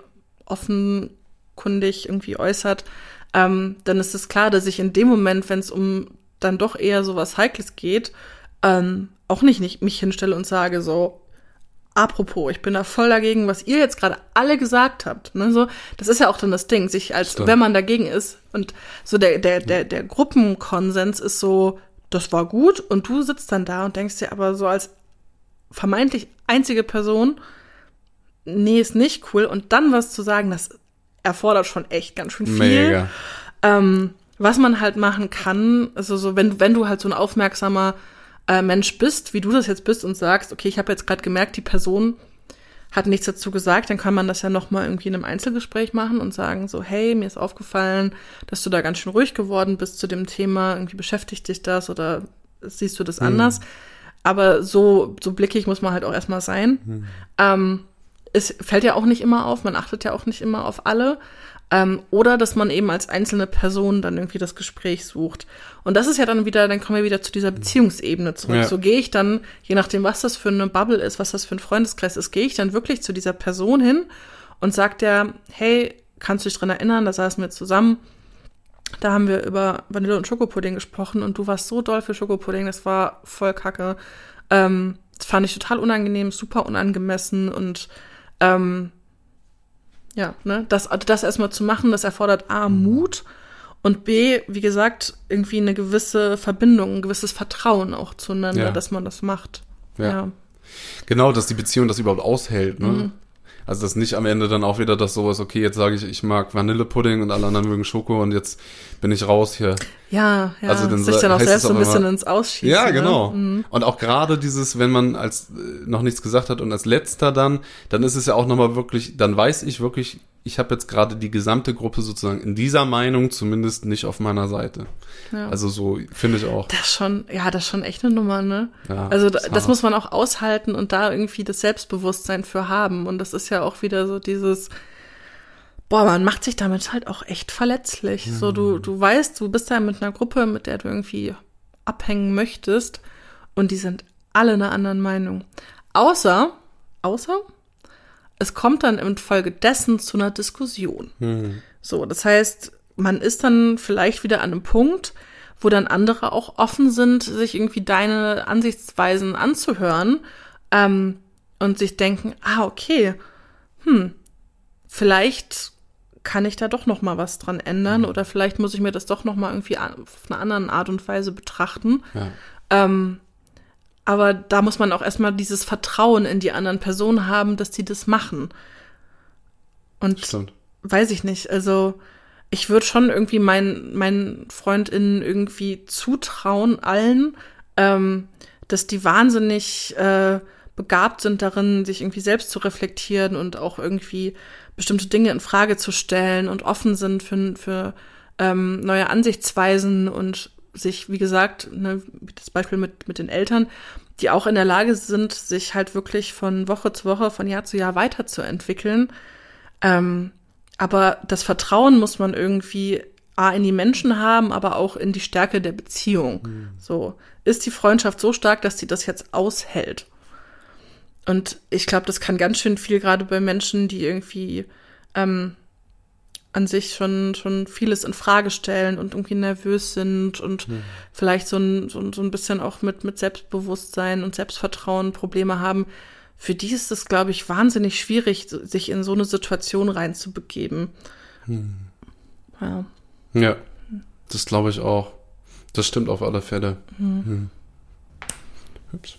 offenkundig irgendwie äußert, ähm, dann ist es klar, dass ich in dem Moment, wenn es um dann doch eher so was Heikles geht, ähm, auch nicht, nicht mich hinstelle und sage so, apropos, ich bin da voll dagegen, was ihr jetzt gerade alle gesagt habt. Ne, so, das ist ja auch dann das Ding, sich als, Stimmt. wenn man dagegen ist und so der, der, der, der Gruppenkonsens ist so, das war gut und du sitzt dann da und denkst dir aber so als vermeintlich einzige Person, nee, ist nicht cool und dann was zu sagen, das erfordert schon echt ganz schön viel.
Mega.
Ähm, was man halt machen kann, also so, wenn, wenn du halt so ein aufmerksamer äh, Mensch bist, wie du das jetzt bist und sagst, okay, ich habe jetzt gerade gemerkt, die Person hat nichts dazu gesagt, dann kann man das ja nochmal irgendwie in einem Einzelgespräch machen und sagen so, hey, mir ist aufgefallen, dass du da ganz schön ruhig geworden bist zu dem Thema, irgendwie beschäftigt dich das oder siehst du das mhm. anders? Aber so, so blickig muss man halt auch erstmal sein. Mhm. Ähm, es fällt ja auch nicht immer auf, man achtet ja auch nicht immer auf alle, Ähm, oder dass man eben als einzelne Person dann irgendwie das Gespräch sucht. Und das ist ja dann wieder, dann kommen wir wieder zu dieser Beziehungsebene zurück.
Ja.
So gehe ich dann, je nachdem, was das für eine Bubble ist, was das für ein Freundeskreis ist, gehe ich dann wirklich zu dieser Person hin und sagt der, hey, kannst du dich dran erinnern, da saßen wir zusammen, da haben wir über Vanille- und Schokopudding gesprochen und du warst so doll für Schokopudding, das war voll kacke. Ähm, das fand ich total unangenehm, super unangemessen und ähm, ja, ne, das, das erstmal zu machen, das erfordert A, Mut und B, wie gesagt, irgendwie eine gewisse Verbindung, ein gewisses Vertrauen auch zueinander,
Ja.
dass man das macht.
Ja.
Ja.
Genau, dass die Beziehung das überhaupt aushält, ne?
Mhm.
Also dass nicht am Ende dann auch wieder das so ist, okay, jetzt sage ich, ich mag Vanillepudding und alle anderen mögen Schoko und jetzt bin ich raus hier.
Ja, ja,
Also dann
sich dann auch
heißt
selbst
es
so ein
auch
bisschen
immer-
ins Ausschießen.
Ja, genau.
Ne? Mhm.
Und auch gerade dieses, wenn man als äh, noch nichts gesagt hat und als letzter dann, dann ist es ja auch nochmal wirklich, dann weiß ich wirklich, ich habe jetzt gerade die gesamte Gruppe sozusagen in dieser Meinung zumindest nicht auf meiner Seite.
Ja.
Also so finde ich auch.
Das ist schon, ja, das ist schon echt eine Nummer, ne?
Ja,
also da,
ist
das
hart.
muss man auch aushalten und da irgendwie das Selbstbewusstsein für haben. Und das ist ja auch wieder so dieses, boah, man macht sich damit halt auch echt verletzlich. So, du, du weißt, du bist da mit einer Gruppe, mit der du irgendwie abhängen möchtest und die sind alle einer anderen Meinung. Außer, außer, es kommt dann infolgedessen zu einer Diskussion.
Hm.
So, das heißt, man ist dann vielleicht wieder an einem Punkt, wo dann andere auch offen sind, sich irgendwie deine Ansichtsweisen anzuhören ähm, und sich denken, ah, okay, hm, vielleicht kann ich da doch noch mal was dran ändern
Mhm.
oder vielleicht muss ich mir das doch noch mal irgendwie an- auf eine andere Art und Weise betrachten.
Ja.
Ähm, aber da muss man auch erstmal dieses Vertrauen in die anderen Personen haben, dass die das machen. Und
Stimmt.
weiß ich nicht, also ich würde schon irgendwie meinen meinen FreundInnen irgendwie zutrauen, allen, ähm, dass die wahnsinnig äh, begabt sind darin, sich irgendwie selbst zu reflektieren und auch irgendwie bestimmte Dinge in Frage zu stellen und offen sind für, für ähm, neue Ansichtsweisen und sich, wie gesagt, ne, das Beispiel mit, mit den Eltern, die auch in der Lage sind, sich halt wirklich von Woche zu Woche, von Jahr zu Jahr weiterzuentwickeln. Ähm, aber das Vertrauen muss man irgendwie A, in die Menschen haben, aber auch in die Stärke der Beziehung. Mhm. So, ist die Freundschaft so stark, dass sie das jetzt aushält? Und ich glaube, das kann ganz schön viel, gerade bei Menschen, die irgendwie ähm, an sich schon schon vieles in Frage stellen und irgendwie nervös sind und mhm. vielleicht so ein, so, so ein bisschen auch mit, mit Selbstbewusstsein und Selbstvertrauen Probleme haben. Für die ist es, glaube ich, wahnsinnig schwierig, sich in so eine Situation reinzubegeben.
Mhm.
Ja.
Ja, das glaube ich auch. Das stimmt auf alle Fälle.
Mhm.
Mhm. Hübsch.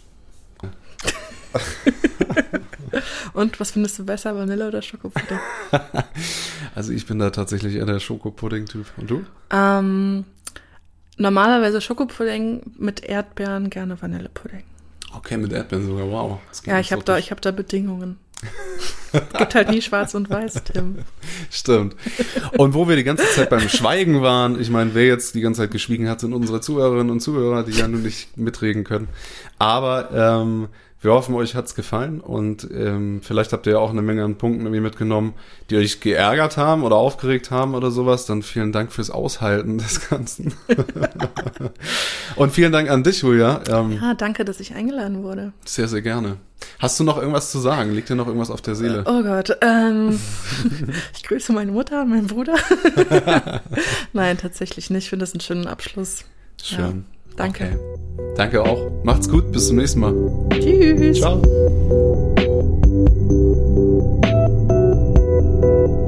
Und was findest du besser, Vanille oder Schokopudding?
Also ich bin da tatsächlich eher der Schokopudding-Typ. Und du?
Ähm, normalerweise Schokopudding, mit Erdbeeren gerne Vanillepudding.
Okay, mit Erdbeeren sogar, wow. Das geht
Ja,
nicht
ich habe
so
da,
durch.
ich hab da Bedingungen. Es gibt halt nie schwarz und weiß, Tim.
Stimmt. Und wo wir die ganze Zeit beim Schweigen waren, ich meine, wer jetzt die ganze Zeit geschwiegen hat, sind unsere Zuhörerinnen und Zuhörer, die ja nun nicht mitreden können. Aber ähm, wir hoffen, euch hat's gefallen und ähm, vielleicht habt ihr ja auch eine Menge an Punkten irgendwie mitgenommen, die euch geärgert haben oder aufgeregt haben oder sowas. Dann vielen Dank fürs Aushalten des Ganzen. Und vielen Dank an dich, Julia. Ähm,
Ja, danke, dass ich eingeladen wurde.
sehr, sehr gerne. Hast du noch irgendwas zu sagen? Liegt dir noch irgendwas auf der Seele?
Oh Gott, ähm, ich grüße meine Mutter und meinen Bruder. Nein, tatsächlich nicht. Ich finde das einen schönen Abschluss.
Schön.
Ja, danke.
Okay. Danke auch. Macht's gut. Bis zum nächsten Mal.
Tschüss.
Ciao.